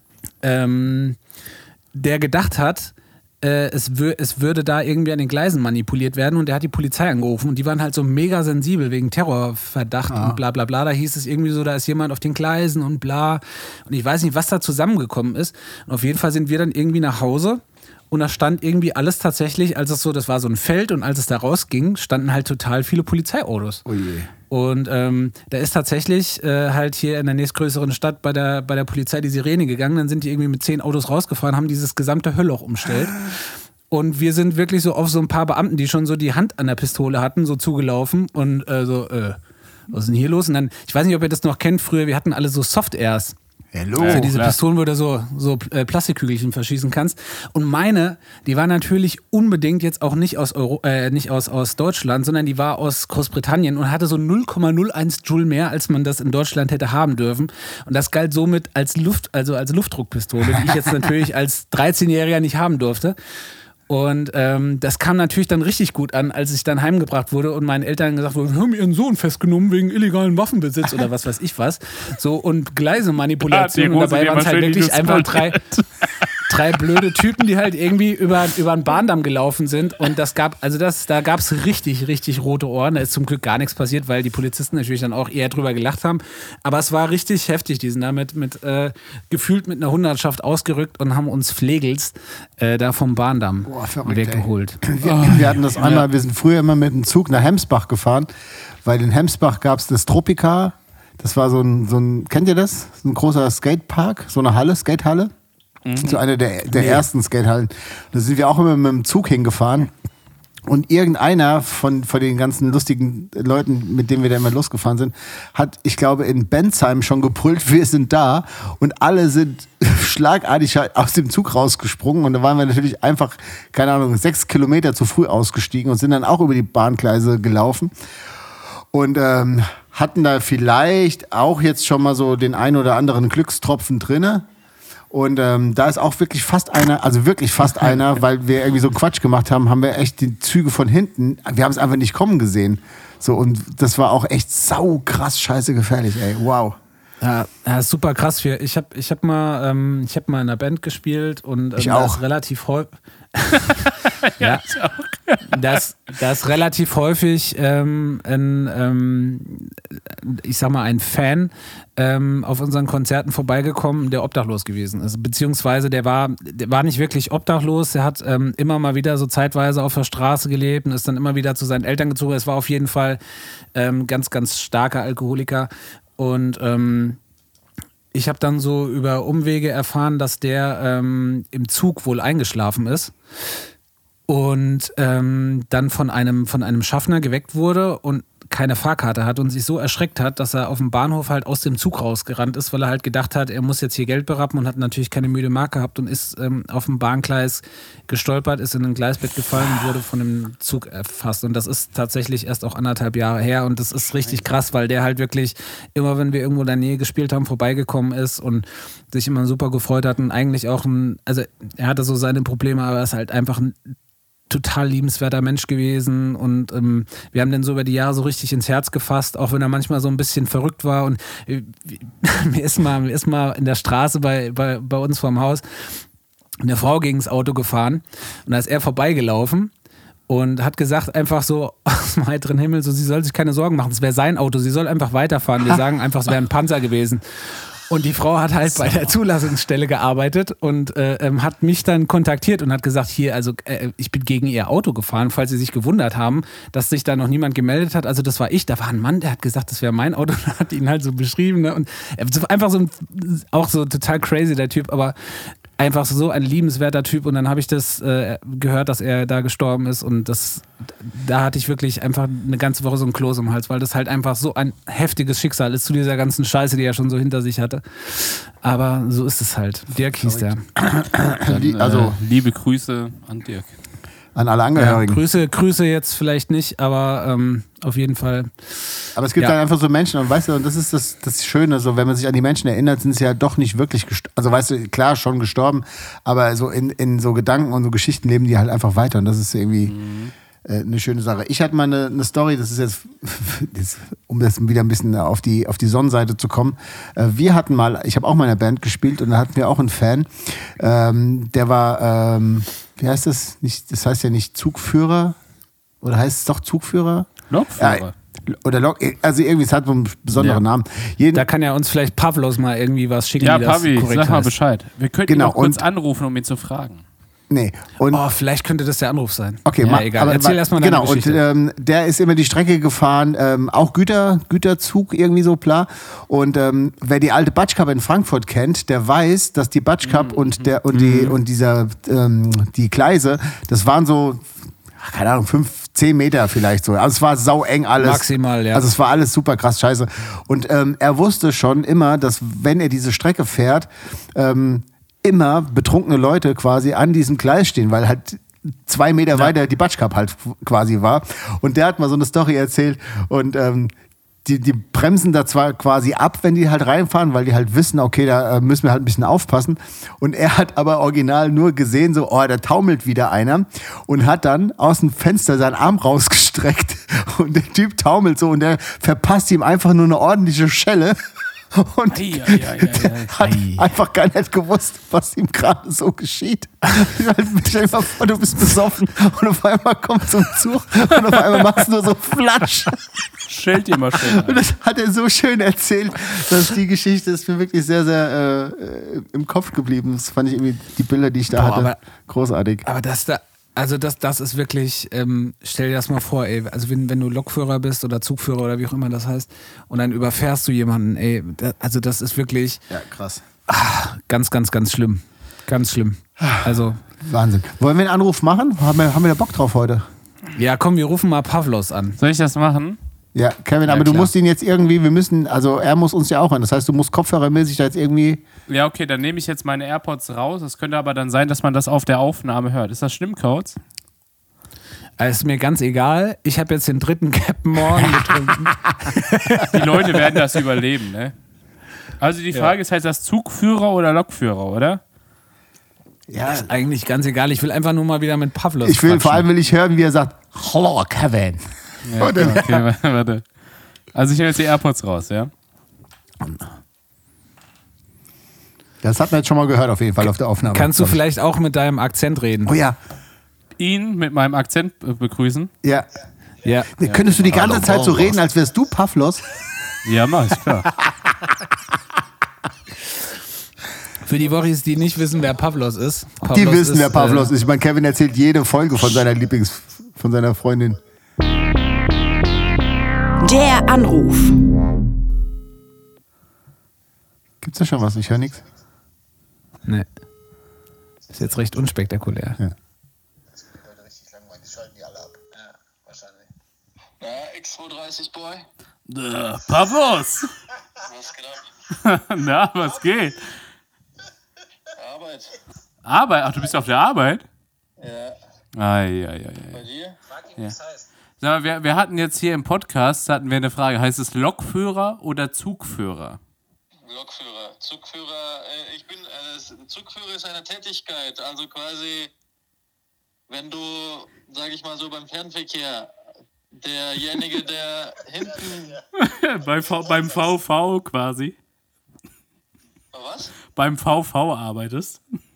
ähm, der gedacht hat, äh, es, wür- es würde da irgendwie an den Gleisen manipuliert werden. Und der hat die Polizei angerufen. Und die waren halt so mega sensibel wegen Terrorverdacht Ah. und bla bla bla. Da hieß es irgendwie so, da ist jemand auf den Gleisen und bla. Und ich weiß nicht, was da zusammengekommen ist. Und auf jeden Fall sind wir dann irgendwie nach Hause. Und da stand irgendwie alles tatsächlich, als es so, das war so ein Feld und als es da rausging, standen halt total viele Polizeiautos. Oh je. Und ähm, da ist tatsächlich äh, halt hier in der nächstgrößeren Stadt bei der, bei der Polizei die Sirene gegangen. Dann sind die irgendwie mit zehn Autos rausgefahren, haben dieses gesamte Höllloch umstellt. Und wir sind wirklich so auf so ein paar Beamten, die schon so die Hand an der Pistole hatten, so zugelaufen und äh, so, äh, was ist denn hier los? Und dann, ich weiß nicht, ob ihr das noch kennt, früher, wir hatten alle so Soft-Airs. Hallo. Also diese klar. Pistolen, wo du so, so äh, Plastikkügelchen verschießen kannst. Und meine, die war natürlich unbedingt jetzt auch nicht aus Euro, äh, nicht aus, aus Deutschland, sondern die war aus Großbritannien und hatte so null Komma null eins Joule mehr, als man das in Deutschland hätte haben dürfen. Und das galt somit als Luft, also als Luftdruckpistole, die ich jetzt natürlich als dreizehnjähriger nicht haben durfte. Und ähm, das kam natürlich dann richtig gut an, als ich dann heimgebracht wurde und meinen Eltern gesagt wurde, wir haben ihren Sohn festgenommen wegen illegalen Waffenbesitz oder was weiß ich was. So und Gleisemanipulation. Ja, Und die Hose, dabei die waren es halt wahrscheinlich wirklich das einfach Gold drei, drei blöde Typen, die halt irgendwie über, über einen Bahndamm gelaufen sind. Und das gab, also das, da gab es richtig, richtig rote Ohren. Da ist zum Glück gar nichts passiert, weil die Polizisten natürlich dann auch eher drüber gelacht haben. Aber es war richtig heftig. Die sind da mit, mit äh, gefühlt mit einer Hundertschaft ausgerückt und haben uns Flegels äh, da vom Bahndamm Boah, verrückt, weggeholt. Wir, wir hatten das einmal, wir sind früher immer mit dem Zug nach Hemsbach gefahren, weil in Hemsbach gab es das Tropica. Das war so ein, so ein, kennt ihr das? So ein großer Skatepark, so eine Halle, Skatehalle. So eine der, der ersten Skatehallen. Da sind wir auch immer mit dem Zug hingefahren. Und irgendeiner von, von den ganzen lustigen Leuten, mit denen wir da immer losgefahren sind, hat, ich glaube, in Bensheim schon gebrüllt, wir sind da. Und alle sind schlagartig aus dem Zug rausgesprungen. Und da waren wir natürlich einfach, keine Ahnung, sechs Kilometer zu früh ausgestiegen und sind dann auch über die Bahngleise gelaufen. Und ähm, hatten da vielleicht auch jetzt schon mal so den ein oder anderen Glückstropfen drinne. Und ähm, da ist auch wirklich fast einer, also wirklich fast einer, weil wir irgendwie so einen Quatsch gemacht haben, haben wir echt die Züge von hinten, wir haben es einfach nicht kommen gesehen. So, und das war auch echt sau krass scheiße gefährlich, ey, wow. Ja, ja, super krass. Ich habe ich hab mal, ähm, ich hab mal in einer Band gespielt und ähm, Ich da auch. ist relativ häufig. ja, das, das relativ häufig ähm, ein, ähm, ich sag mal, ein Fan ähm, auf unseren Konzerten vorbeigekommen, der obdachlos gewesen ist. Beziehungsweise der war, der war nicht wirklich obdachlos, der hat ähm, immer mal wieder so zeitweise auf der Straße gelebt und ist dann immer wieder zu seinen Eltern gezogen. Es war auf jeden Fall ähm, ganz, ganz starker Alkoholiker. Und ähm, ich habe dann so über Umwege erfahren, dass der ähm, im Zug wohl eingeschlafen ist und ähm, dann von einem, von einem Schaffner geweckt wurde und keine Fahrkarte hat und sich so erschreckt hat, dass er auf dem Bahnhof halt aus dem Zug rausgerannt ist, weil er halt gedacht hat, er muss jetzt hier Geld berappen und hat natürlich keine müde Mark gehabt und ist ähm, auf dem Bahngleis gestolpert, ist in ein Gleisbett gefallen und wurde von dem Zug erfasst. Und das ist tatsächlich erst auch anderthalb Jahre her und das ist richtig krass, weil der halt wirklich immer, wenn wir irgendwo in der Nähe gespielt haben, vorbeigekommen ist und sich immer super gefreut hat und eigentlich auch ein, also er hatte so seine Probleme, aber er ist halt einfach ein total liebenswerter Mensch gewesen und ähm, wir haben den so über die Jahre so richtig ins Herz gefasst, auch wenn er manchmal so ein bisschen verrückt war und äh, mir ist mal, mir ist mal in der Straße bei, bei, bei uns vorm Haus eine Frau gegen das Auto gefahren und da ist er vorbeigelaufen und hat gesagt einfach so aus dem heiteren Himmel, so sie soll sich keine Sorgen machen, es wäre sein Auto, sie soll einfach weiterfahren, wir sagen einfach, es wäre ein Panzer gewesen. Und die Frau hat halt bei der Zulassungsstelle gearbeitet und äh, ähm, hat mich dann kontaktiert und hat gesagt, hier, also äh, ich bin gegen ihr Auto gefahren, falls sie sich gewundert haben, dass sich da noch niemand gemeldet hat. Also das war ich, da war ein Mann, der hat gesagt, das wäre mein Auto und hat ihn halt so beschrieben. Ne? Und er war einfach so ein, auch so total crazy, der Typ, aber einfach so ein liebenswerter Typ. Und dann habe ich das äh, gehört, dass er da gestorben ist und das, da hatte ich wirklich einfach eine ganze Woche so ein Kloß im Hals, weil das halt einfach so ein heftiges Schicksal ist zu dieser ganzen Scheiße, die er schon so hinter sich hatte. Aber so ist es halt. Dirk hieß der. Dann, also äh, liebe Grüße an Dirk. An alle Angehörigen. Ja, Grüße, Grüße jetzt vielleicht nicht, aber ähm, auf jeden Fall. Aber es gibt ja. dann einfach so Menschen, und weißt du, und das ist das, das Schöne, so wenn man sich an die Menschen erinnert, sind sie ja doch nicht wirklich gestorben. Also weißt du, klar, schon gestorben, aber so in, in so Gedanken und so Geschichten leben die halt einfach weiter und das ist irgendwie mhm. äh, eine schöne Sache. Ich hatte mal eine, eine Story, das ist jetzt, das, um das wieder ein bisschen auf die, auf die Sonnenseite zu kommen. Äh, wir hatten mal, ich habe auch mal in einer Band gespielt und da hatten wir auch einen Fan, ähm, der war, ähm, wie heißt das? Nicht, das heißt ja nicht Zugführer, oder heißt es doch Zugführer? Lokführer. Ja, oder Lok, also irgendwie, es hat so einen besonderen ja. Namen. Jeden da kann ja uns vielleicht Pavlos mal irgendwie was schicken, ja, wie das Pavi, korrekt sag mal heißt. Bescheid. Wir könnten genau, ihn auch kurz und, anrufen, um ihn zu fragen. Nee. Und oh, vielleicht könnte das der Anruf sein. Okay, ja, ma, egal. Aber, Erzähl erstmal deine genau, Geschichte. Und ähm, der ist immer die Strecke gefahren, ähm, auch Güter, Güterzug irgendwie so, bla. Und ähm, wer die alte Batsch Cup in Frankfurt kennt, der weiß, dass die Batsch Cup mm, und der und die und dieser ähm, die Gleise, das waren so, keine Ahnung, fünf, zehn Meter vielleicht so. Also es war sau eng alles. Maximal, ja. Also es war alles super krass scheiße. Und ähm, er wusste schon immer, dass wenn er diese Strecke fährt, ähm, immer betrunkene Leute quasi an diesem Gleis stehen, weil halt zwei Meter ja. weiter die Batsch Cup halt quasi war. Und der hat mal so eine Story erzählt und ähm, die, die bremsen da zwar quasi ab, wenn die halt reinfahren, weil die halt wissen, okay, da müssen wir halt ein bisschen aufpassen. Und er hat aber original nur gesehen, so, oh, da taumelt wieder einer und hat dann aus dem Fenster seinen Arm rausgestreckt und der Typ taumelt so und der verpasst ihm einfach nur eine ordentliche Schelle. Und ei, ei, ei, ei, hat einfach gar nicht gewusst, was ihm gerade so geschieht. Stell dir mal vor, du bist besoffen und auf einmal kommt so ein Zug und auf einmal machst du nur so Flatsch. Schält dir mal schön. Und das hat er so schön erzählt, dass die Geschichte ist mir wirklich sehr, sehr äh, im Kopf geblieben. Das fand ich irgendwie, die Bilder, die ich da Boah, hatte, aber, großartig. Aber das da, also das, das ist wirklich, ähm, stell dir das mal vor, ey, also wenn, wenn du Lokführer bist oder Zugführer oder wie auch immer das heißt und dann überfährst du jemanden, ey, da, also das ist wirklich ja, krass. Ach, ganz, ganz, ganz schlimm. Ganz schlimm. Also Wahnsinn. Wollen wir einen Anruf machen? Haben wir, haben wir da Bock drauf heute? Ja, komm, wir rufen mal Pavlos an. Soll ich das machen? Ja, Kevin, Ja, aber du klar. musst ihn jetzt irgendwie, wir müssen, also er muss uns ja auch an. Das heißt, du musst kopfhörermäßig da jetzt irgendwie. Ja, okay, dann nehme ich jetzt meine AirPods raus. Es könnte aber dann sein, dass man das auf der Aufnahme hört. Ist das schlimm, Kautz? Also ist mir ganz egal. Ich habe jetzt den dritten Captain Morgan getrunken. Die Leute werden das überleben, ne? Also die Frage ja. ist, heißt das Zugführer oder Lokführer, oder? Ja, Ist eigentlich ganz egal. Ich will einfach nur mal wieder mit Pavlos ich will, quatschen. vor allem will ich hören, wie er sagt, hallo Kevin. Ja, okay, okay, warte. Also ich nehme jetzt die AirPods raus, ja? Das hat man jetzt schon mal gehört, auf jeden Fall auf der Aufnahme. Kannst du vielleicht auch mit deinem Akzent reden? Oh ja. Ihn mit meinem Akzent äh, begrüßen? Ja. Ja. Nee, könntest du die ganze Hallo, Zeit so Pavlos. reden, als wärst du Pavlos? Ja, mach ich, klar. Für die Wochis, die nicht wissen, wer Pavlos ist. Pavlos Die wissen, ist, wer Pavlos äh, ist. Ich meine, Kevin erzählt jede Folge von seiner Lieblings... von seiner Freundin. Der Anruf. Gibt's da schon was? Ich höre nichts. Nee. Ist jetzt recht unspektakulär. Ja. Ja, X zweiunddreißig Boy. Äh, Pavlos! Was geht ab? Na, was geht? Arbeit. Arbeit? Ach, du bist auf der Arbeit? Ja. Ei, ei, ei, ei. Bei dir? Frag ihn, Ja. wie es heißt. Sag mal, wir, wir hatten jetzt hier im Podcast, hatten wir eine Frage, heißt es Lokführer oder Zugführer? Lokführer. Zugführer, äh, ich bin, äh, Zugführer ist eine Tätigkeit, also quasi, wenn du, sag ich mal so, beim Fernverkehr, derjenige, der hinten, Bei v, beim V V quasi. was? Beim V V arbeitest.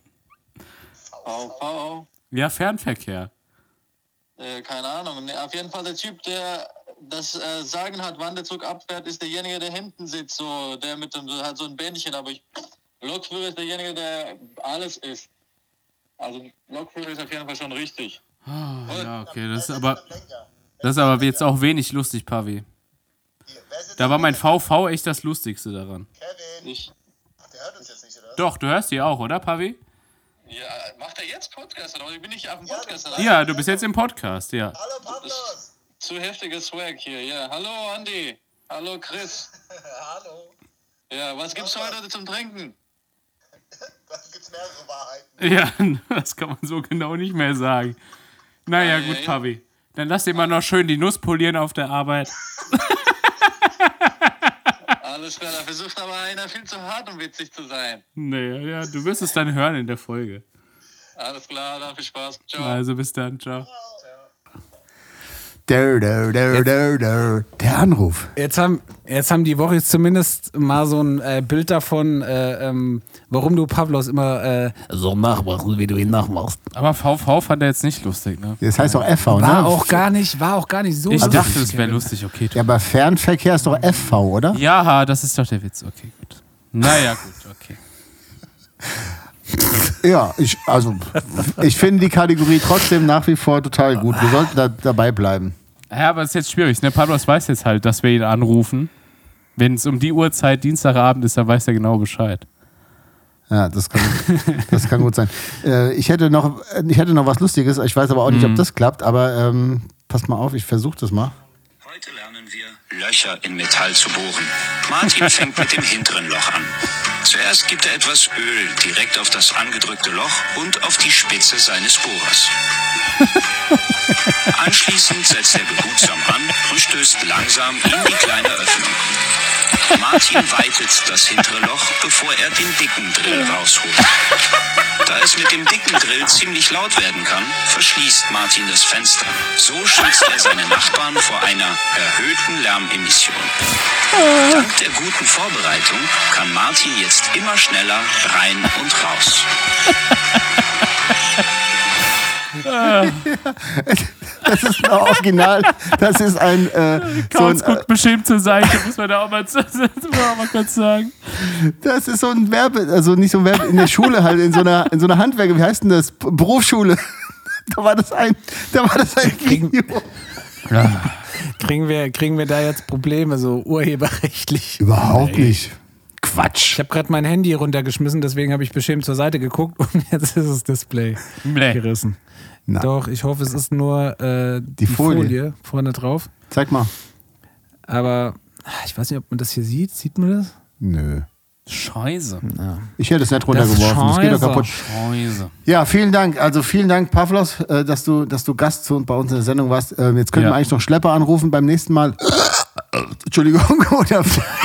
V V, Ja, Fernverkehr. äh, keine Ahnung, ne, auf jeden Fall der Typ, der das äh, Sagen hat, wann der Zug abfährt, ist derjenige, der hinten sitzt, so, der mit dem, hat so ein Bändchen, aber ich, Lokführer ist derjenige, der alles ist. Also Lokführer ist auf jeden Fall schon richtig. Oh, ja, okay, das ist aber, das ist aber jetzt auch wenig lustig, Pavi. Da war mein V V echt das Lustigste daran. Kevin, Ich, ach, der hört uns jetzt nicht, oder? Doch, du hörst die auch, oder, Pavi? ja, macht er jetzt Podcast oder bin ich auf dem Podcast? oder? Ja, du bist jetzt im Podcast, ja. Hallo, Pavlos! Zu heftiger Swag hier, ja. Hallo Andi. Hallo Chris. Hallo. Ja, was gibt's heute zum Trinken? Da gibt's mehrere Wahrheiten. Ja, das kann man so genau nicht mehr sagen. Naja, Ja, gut, ja, ja. Pavi. Dann lass dir mal noch schön die Nuss polieren auf der Arbeit. Alles klar, da versucht aber einer viel zu hart, um witzig zu sein. Naja, ja, du wirst es dann hören in der Folge. Alles klar, dann viel Spaß. Ciao. Also bis dann, ciao. Der, der, der, der, der. Der Anruf. Jetzt haben, jetzt haben die Woche zumindest mal so ein äh, Bild davon, äh, ähm, warum du Pavlos immer äh, so nachmachst, wie du ihn nachmachst. Aber V V fand er jetzt nicht lustig, ne? Das heißt auch F V, War ne? auch gar nicht, war auch gar nicht so Ich lustig. dachte, es wäre lustig, okay. Ja, aber Fernverkehr ist doch F V, oder? Ja, das ist doch der Witz, okay, gut. Naja, gut, okay. Ja, ich, also, ich finde die Kategorie trotzdem nach wie vor total gut. Wir sollten da dabei bleiben. Ja, aber es ist jetzt schwierig, ne? Pavlos weiß jetzt halt, dass wir ihn anrufen. Wenn es um die Uhrzeit Dienstagabend ist, dann weiß er genau Bescheid. Ja, das kann, das kann gut sein. Äh, ich, hätte noch, ich hätte noch was Lustiges, ich weiß aber auch nicht, ob das klappt, aber ähm, passt mal auf, ich versuche das mal. Heute lernen wir, Löcher in Metall zu bohren. Martin fängt mit dem hinteren Loch an. Zuerst gibt er etwas Öl direkt auf das angedrückte Loch und auf die Spitze seines Bohrers. Anschließend setzt er behutsam an und stößt langsam in die kleine Öffnung. Martin weitet das hintere Loch, bevor er den dicken Drill rausholt. Da es mit dem dicken Drill ziemlich laut werden kann, verschließt Martin das Fenster. So schützt er seine Nachbarn vor einer erhöhten Lärmemission. Dank der guten Vorbereitung kann Martin jetzt immer schneller rein und raus. Das ist ein Original, das ist ein, äh, so ein Kauz guckt beschämt zur Seite, muss man da auch mal, das muss man auch mal kurz sagen. das ist so ein Werbe, also nicht so ein Werbe, in der Schule halt, in so einer, in so einer Handwerker, wie heißt denn das? B- Berufsschule. Da war das ein, da war das ein Video. Kriegen wir, kriegen wir da jetzt Probleme, so urheberrechtlich? Überhaupt nicht. Ich Quatsch. habe gerade mein Handy runtergeschmissen, deswegen habe ich beschämt zur Seite geguckt und jetzt ist das Display Bläh. gerissen. Na. Doch, ich hoffe, es ist nur äh, die, Folie. Folie. vorne drauf. Zeig mal. Aber ich weiß nicht, ob man das hier sieht. Sieht man das? Nö. Scheiße. Ich hätte es nicht runtergeworfen, das geht doch Scheiße. kaputt. Scheiße. Ja, vielen Dank. Also vielen Dank, Pavlos, äh, dass du, dass du Gast zu, bei uns in der Sendung warst. Ähm, Jetzt können Ja. wir eigentlich noch Schlepper anrufen beim nächsten Mal. Entschuldigung. Oder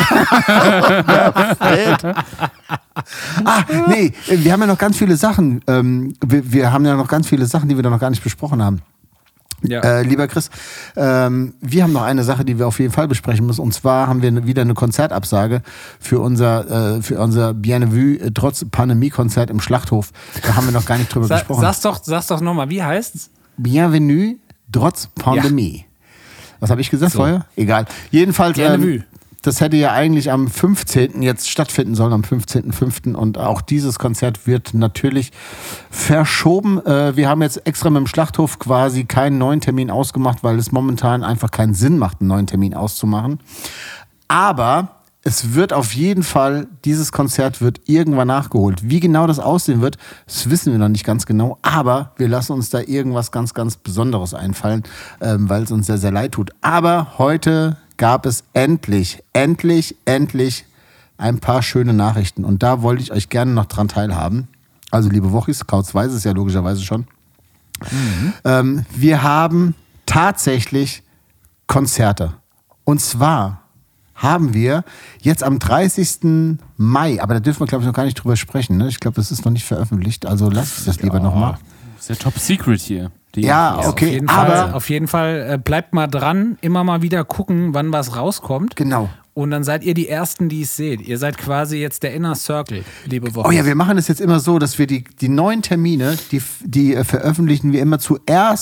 ah, nee, wir haben ja noch ganz viele Sachen. Ähm, wir, wir haben ja noch ganz viele Sachen, die wir da noch gar nicht besprochen haben. Ja. Äh, lieber Chris, ähm, wir haben noch eine Sache, die wir auf jeden Fall besprechen müssen. Und zwar haben wir wieder eine Konzertabsage für unser, äh, für unser Bienvenue äh, trotz Pandemie-Konzert im Schlachthof. Da haben wir noch gar nicht drüber Sa gesprochen. sag's doch, sag's doch nochmal, wie heißt's? Bienvenue trotz Pandemie. Was habe ich gesagt So. vorher? Egal. Jedenfalls, Bienvenue. ähm, das hätte ja eigentlich am fünfzehnten jetzt stattfinden sollen, am fünfzehnten fünften Und auch dieses Konzert wird natürlich verschoben. Äh, wir haben jetzt extra mit dem Schlachthof quasi keinen neuen Termin ausgemacht, weil es momentan einfach keinen Sinn macht, einen neuen Termin auszumachen. Aber es wird auf jeden Fall, dieses Konzert wird irgendwann nachgeholt. Wie genau das aussehen wird, das wissen wir noch nicht ganz genau. Aber wir lassen uns da irgendwas ganz, ganz Besonderes einfallen, ähm, weil es uns sehr, sehr leid tut. Aber heute gab es endlich, endlich, endlich ein paar schöne Nachrichten. Und da wollte ich euch gerne noch dran teilhaben. Also liebe Wochis, Kauz weiß es ja logischerweise schon. Mhm. Ähm, wir haben tatsächlich Konzerte. Und zwar haben wir jetzt am dreißigsten Mai, aber da dürfen wir, glaube ich, noch gar nicht drüber sprechen. Ne? Ich glaube, das ist noch nicht veröffentlicht, also lasst uns das lieber nochmal. Das ist ja Top Secret hier. Die Ja, Infos. okay, auf jeden aber- Fall, auf jeden Fall äh, bleibt mal dran, immer mal wieder gucken, wann was rauskommt. Genau. Und dann seid ihr die Ersten, die es seht. Ihr seid quasi jetzt der Inner Circle, liebe Woche. Oh ja, wir machen es jetzt immer so, dass wir die, die neuen Termine, die, die äh, veröffentlichen wir immer zuerst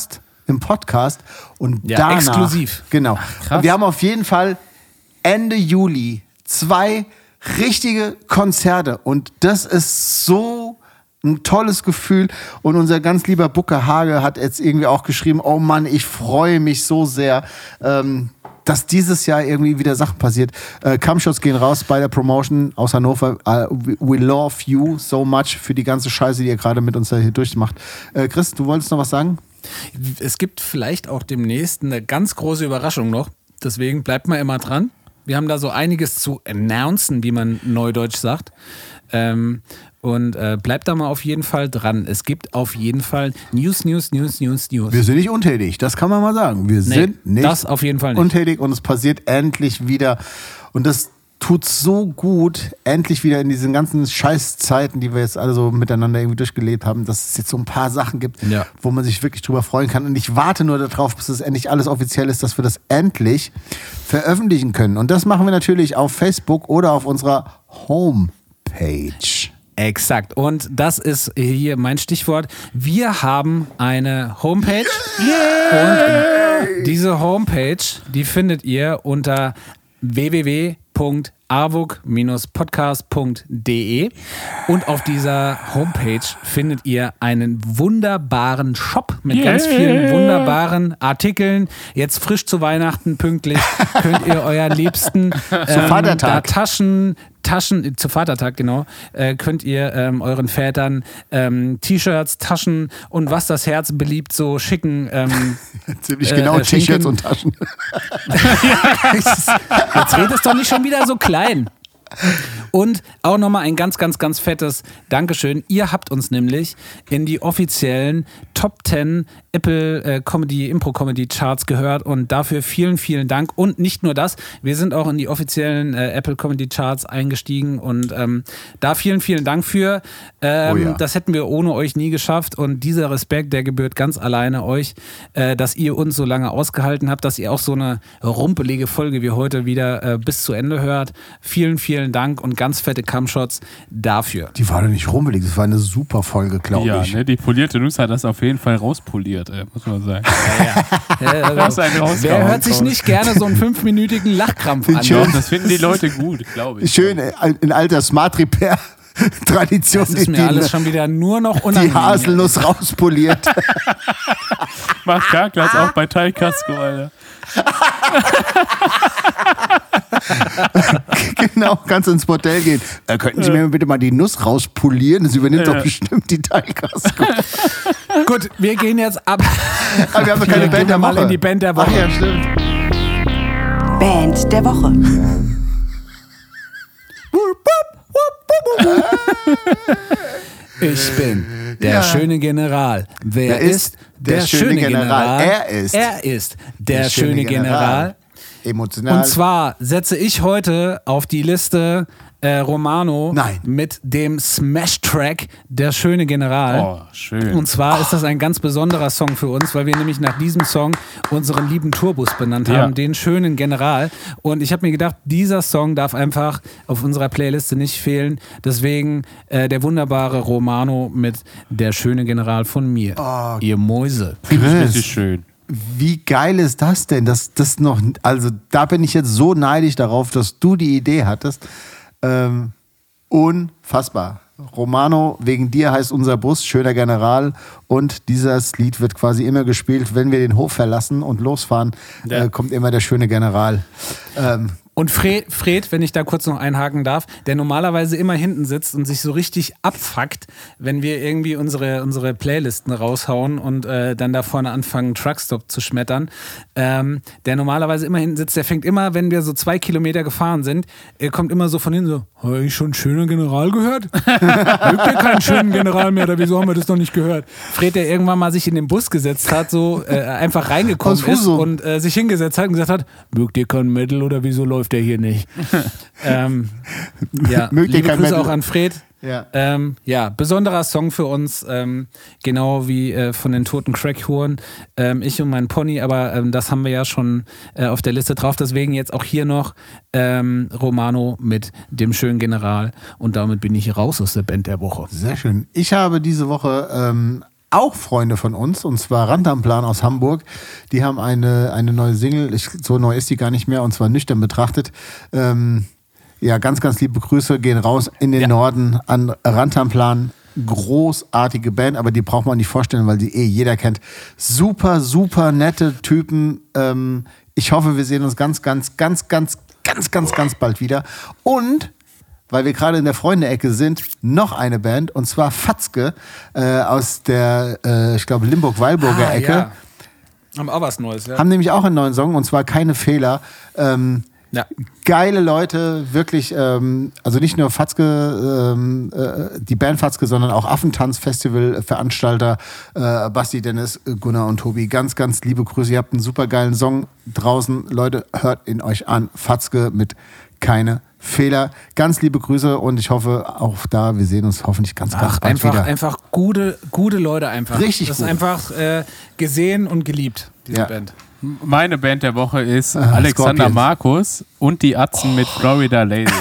im Podcast. Und Ja, danach, exklusiv. Genau. krass. Und wir haben auf jeden Fall Ende Juli zwei richtige Konzerte. Und das ist so ein tolles Gefühl. Und unser ganz lieber Booker Hage hat jetzt irgendwie auch geschrieben, oh Mann, ich freue mich so sehr, ähm, dass dieses Jahr irgendwie wieder Sachen passiert. Äh, Cumshots gehen raus bei der Promotion aus Hannover. Uh, we love you so much für die ganze Scheiße, die ihr gerade mit uns da hier durchmacht. Äh, Chris, du wolltest noch was sagen? Es gibt vielleicht auch demnächst eine ganz große Überraschung noch. Deswegen bleibt mal immer dran. Wir haben da so einiges zu announcen, wie man neudeutsch sagt. Ähm, und äh, bleibt da mal auf jeden Fall dran. Es gibt auf jeden Fall News, News, News, News, News. Wir sind nicht untätig, das kann man mal sagen. Wir Nee, sind nicht das auf jeden Fall nicht. untätig und es passiert endlich wieder. Und das tut so gut, endlich wieder in diesen ganzen Scheißzeiten, die wir jetzt alle so miteinander irgendwie durchgelebt haben, dass es jetzt so ein paar Sachen gibt, Ja. wo man sich wirklich drüber freuen kann. Und ich warte nur darauf, bis es endlich alles offiziell ist, dass wir das endlich veröffentlichen können. Und das machen wir natürlich auf Facebook oder auf unserer Homepage. Exakt. Und das ist hier mein Stichwort. Wir haben eine Homepage. Und diese Homepage, die findet ihr unter w w w punkt arvuk podcast punkt d e und auf dieser Homepage findet ihr einen wunderbaren Shop mit Yeah. ganz vielen wunderbaren Artikeln. Jetzt frisch zu Weihnachten pünktlich könnt ihr euer Liebsten ähm, Vatertag. da Taschen Taschen, zu Vatertag, genau, äh, könnt ihr ähm, euren Vätern ähm, T-Shirts, Taschen und was das Herz beliebt so schicken. Ähm, Ziemlich Äh, genau, äh, T-Shirts schenken. und Taschen. Jetzt red es doch nicht schon wieder so klein. Und auch nochmal ein ganz, ganz, ganz fettes Dankeschön. Ihr habt uns nämlich in die offiziellen Top zehn Apple äh, Comedy, Impro Comedy Charts gehört und dafür vielen, vielen Dank. Und nicht nur das, wir sind auch in die offiziellen äh, Apple Comedy Charts eingestiegen und ähm, da vielen, vielen Dank für. Ähm, Oh ja. Das hätten wir ohne euch nie geschafft und dieser Respekt, der gebührt ganz alleine euch, äh, dass ihr uns so lange ausgehalten habt, dass ihr auch so eine rumpelige Folge wie heute wieder äh, bis zu Ende hört. Vielen, vielen Dank und ganz fette Cumshots dafür. Die war doch nicht rummelig, das war eine super Folge, glaube Ja, ich. ne, die polierte Nuss hat das auf jeden Fall rauspoliert, ey, muss man sagen. Äh, also, Das ist ein rausgehauen. wer hört sich nicht gerne so einen fünfminütigen Lachkrampf an? Schön. Doch, das finden die Leute gut, glaube ich. Schön äh, in alter Smart Repair Tradition, Das ist die, mir alles schon wieder nur noch die unangenehm. Haselnuss rauspoliert. Macht Karklatz auch bei Teilkasko, Alter. Genau, kannst ins Hotel gehen. Äh, könnten Sie mir bitte mal die Nuss rauspolieren? Das übernimmt Ja. doch bestimmt die Teilkasko. Gut, wir gehen jetzt ab. Aber wir haben doch keine Gehen Band wir der mal Woche. in die Band der Woche. Ach ja, stimmt. Band der Woche. Ich bin der Ja. schöne General. Wer, Wer ist der schöne General? Er ist Er ist der, schöne General. Emotional. Und zwar setze ich heute auf die Liste äh, Romano Nein. mit dem Smash-Track Der schöne General. Oh, schön. Und zwar ist das ein ganz besonderer Song für uns, weil wir nämlich nach diesem Song unseren lieben Tourbus benannt haben, Ja. den schönen General. Und ich habe mir gedacht, dieser Song darf einfach auf unserer Playliste nicht fehlen. Deswegen äh, der wunderbare Romano mit Der schöne General von mir. Ihr Mäuse. Richtig Chris, schön. wie geil ist das denn? Das, das noch, also da bin ich jetzt so neidisch darauf, dass du die Idee hattest. Ähm, unfassbar. Romano, wegen dir heißt unser Bus schöner General und dieses Lied wird quasi immer gespielt, wenn wir den Hof verlassen und losfahren, Ja. äh, kommt immer der schöne General. Ähm, Und Fred, Fred, wenn ich da kurz noch einhaken darf, der normalerweise immer hinten sitzt und sich so richtig abfuckt, wenn wir irgendwie unsere, unsere Playlisten raushauen und äh, dann da vorne anfangen, Truckstop zu schmettern. Ähm, der normalerweise immer hinten sitzt, der fängt immer, wenn wir so zwei Kilometer gefahren sind, er kommt immer so von hinten so, habe ich schon einen schönen General gehört? Mögt ihr keinen schönen General mehr, oder wieso haben wir das noch nicht gehört? Fred, der irgendwann mal sich in den Bus gesetzt hat, so äh, einfach reingekommen Aus ist Husum. und äh, sich hingesetzt hat und gesagt hat, mögt ihr keinen Metal oder wieso läuft der hier nicht? ähm, ja, Mögt ihr liebe kein Grüße Metal? auch an Fred. Ja. Ähm, ja, besonderer Song für uns, ähm, genau wie äh, von den Toten Crackhuren. Ähm, ich und mein Pony, aber ähm, das haben wir ja schon äh, auf der Liste drauf. Deswegen jetzt auch hier noch ähm, Romano mit dem schönen General. Und damit bin ich raus aus der Band der Woche. Sehr schön. Ich habe diese Woche ähm, auch Freunde von uns, und zwar Rantamplan aus Hamburg. Die haben eine, eine neue Single, ich, so neu ist die gar nicht mehr, und zwar nüchtern betrachtet. Ähm, ja, ganz, ganz liebe Grüße gehen raus in den Ja. Norden an Rantamplan. Großartige Band, aber die braucht man nicht vorstellen, weil die eh jeder kennt. Super, super nette Typen. Ähm, ich hoffe, wir sehen uns ganz, ganz, ganz, ganz, ganz, ganz, ganz bald wieder. Und weil wir gerade in der Freunde-Ecke sind, noch eine Band, und zwar Fatzke äh, aus der, äh, ich glaube, Limburg-Weilburger Ah, Ecke. ja. Haben auch was Neues, ja. Haben nämlich auch einen neuen Song, und zwar Keine Fehler. Ähm, ja. Geile Leute, wirklich, ähm, also nicht nur Fatzke, ähm, äh, die Band Fatzke, sondern auch Affentanz-Festival-Veranstalter, äh, Basti, Dennis, Gunnar und Tobi. Ganz, ganz liebe Grüße. Ihr habt einen super geilen Song draußen. Leute, hört ihn euch an. Fatzke mit Keine Fehler. Ganz liebe Grüße, und ich hoffe auch da, wir sehen uns hoffentlich ganz, ganz Ach, bald einfach, wieder. einfach gute, gute Leute einfach. Richtig Das gut. ist einfach äh, gesehen und geliebt, diese Ja. Band. Meine Band der Woche ist Ah, Alexander Scorpions. Markus und die Atzen mit Florida Lady.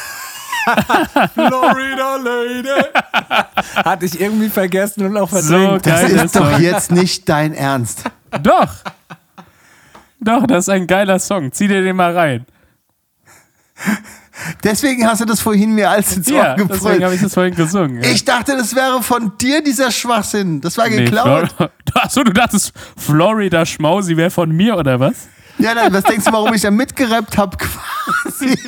Florida Lady. Hatte ich irgendwie vergessen und auch So verdrängt. Das geil ist ist doch Song. jetzt nicht dein Ernst. Doch. Doch, das ist ein geiler Song. Zieh dir den mal rein. Deswegen hast du das vorhin mir als ins Ohr Ja, deswegen gebrüllt. habe ich das vorhin gesungen. Ja. Ich dachte, das wäre von dir dieser Schwachsinn. Das war Nee, geklaut. Flor- Achso, du dachtest, Florida Schmausi wäre von mir, oder was? Ja, nein, was denkst du, warum ich da mitgerappt habe quasi?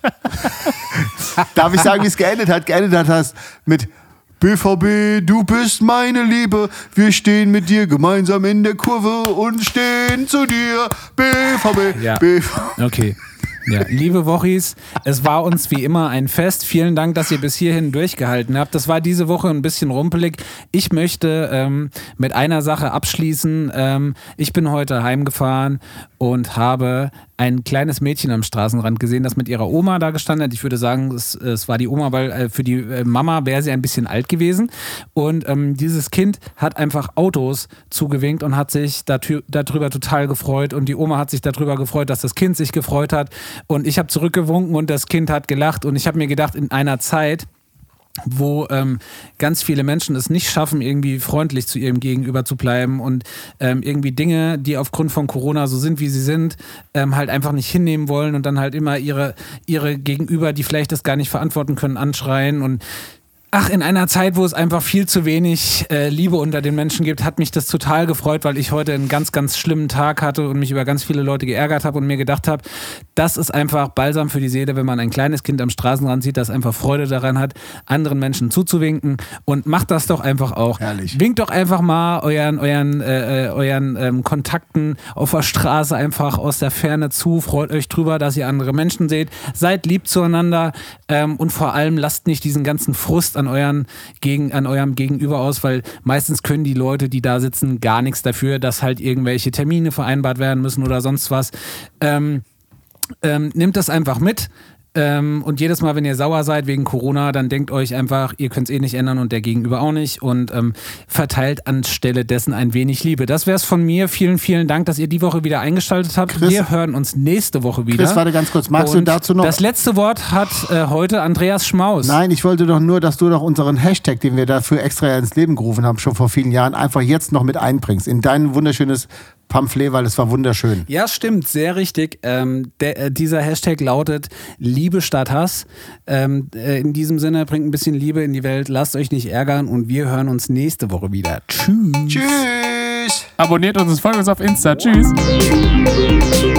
Darf ich sagen, wie es geendet hat? Geendet hat das mit B V B, du bist meine Liebe. Wir stehen mit dir gemeinsam in der Kurve und stehen zu dir. B V B, Ja. B V B. Okay. Ja, liebe Wochis, es war uns wie immer ein Fest. Vielen Dank, dass ihr bis hierhin durchgehalten habt. Das war diese Woche ein bisschen rumpelig. Ich möchte ähm, mit einer Sache abschließen. Ähm, ich bin heute heimgefahren und habe ein kleines Mädchen am Straßenrand gesehen, das mit ihrer Oma da gestanden hat. Ich würde sagen, es, es war die Oma, weil äh, für die äh, Mama wäre sie ein bisschen alt gewesen. Und ähm, dieses Kind hat einfach Autos zugewinkt und hat sich datü- darüber total gefreut. Und die Oma hat sich darüber gefreut, dass das Kind sich gefreut hat. Und ich habe zurückgewunken und das Kind hat gelacht. Und ich habe mir gedacht, in einer Zeit, wo ähm, ganz viele Menschen es nicht schaffen, irgendwie freundlich zu ihrem Gegenüber zu bleiben und ähm, irgendwie Dinge, die aufgrund von Corona so sind, wie sie sind, ähm, halt einfach nicht hinnehmen wollen und dann halt immer ihre, ihre Gegenüber, die vielleicht das gar nicht verantworten können, anschreien. Und ach, in einer Zeit, wo es einfach viel zu wenig äh, Liebe unter den Menschen gibt, hat mich das total gefreut, weil ich heute einen ganz, ganz schlimmen Tag hatte und mich über ganz viele Leute geärgert habe und mir gedacht habe, das ist einfach Balsam für die Seele, wenn man ein kleines Kind am Straßenrand sieht, das einfach Freude daran hat, anderen Menschen zuzuwinken, und macht das doch einfach auch. Herrlich. Winkt doch einfach mal euren, euren, äh, euren ähm, Kontakten auf der Straße einfach aus der Ferne zu, freut euch drüber, dass ihr andere Menschen seht, seid lieb zueinander ähm, und vor allem lasst nicht diesen ganzen Frust an, euren, gegen, an eurem Gegenüber aus, weil meistens können die Leute, die da sitzen, gar nichts dafür, dass halt irgendwelche Termine vereinbart werden müssen oder sonst was. Ähm, ähm, nehmt das einfach mit. Ähm, und jedes Mal, wenn ihr sauer seid wegen Corona, dann denkt euch einfach, ihr könnt es eh nicht ändern und der Gegenüber auch nicht, und ähm, verteilt anstelle dessen ein wenig Liebe. Das wäre es von mir. Vielen, vielen Dank, dass ihr die Woche wieder eingeschaltet habt. Chris- Wir hören uns nächste Woche wieder. Chris, warte ganz kurz. Magst Und du dazu noch... Das letzte Wort hat äh, heute Andreas Schmaus. Nein, ich wollte doch nur, dass du doch unseren Hashtag, den wir dafür extra ins Leben gerufen haben, schon vor vielen Jahren, einfach jetzt noch mit einbringst in dein wunderschönes Pamphlet, weil es war wunderschön. Ja, stimmt, sehr richtig. Ähm, der, äh, dieser Hashtag lautet Liebe statt Hass. Ähm, äh, in diesem Sinne, bringt ein bisschen Liebe in die Welt, lasst euch nicht ärgern, und wir hören uns nächste Woche wieder. Tschüss. Tschüss! Abonniert uns und folgt uns auf Insta. Tschüss.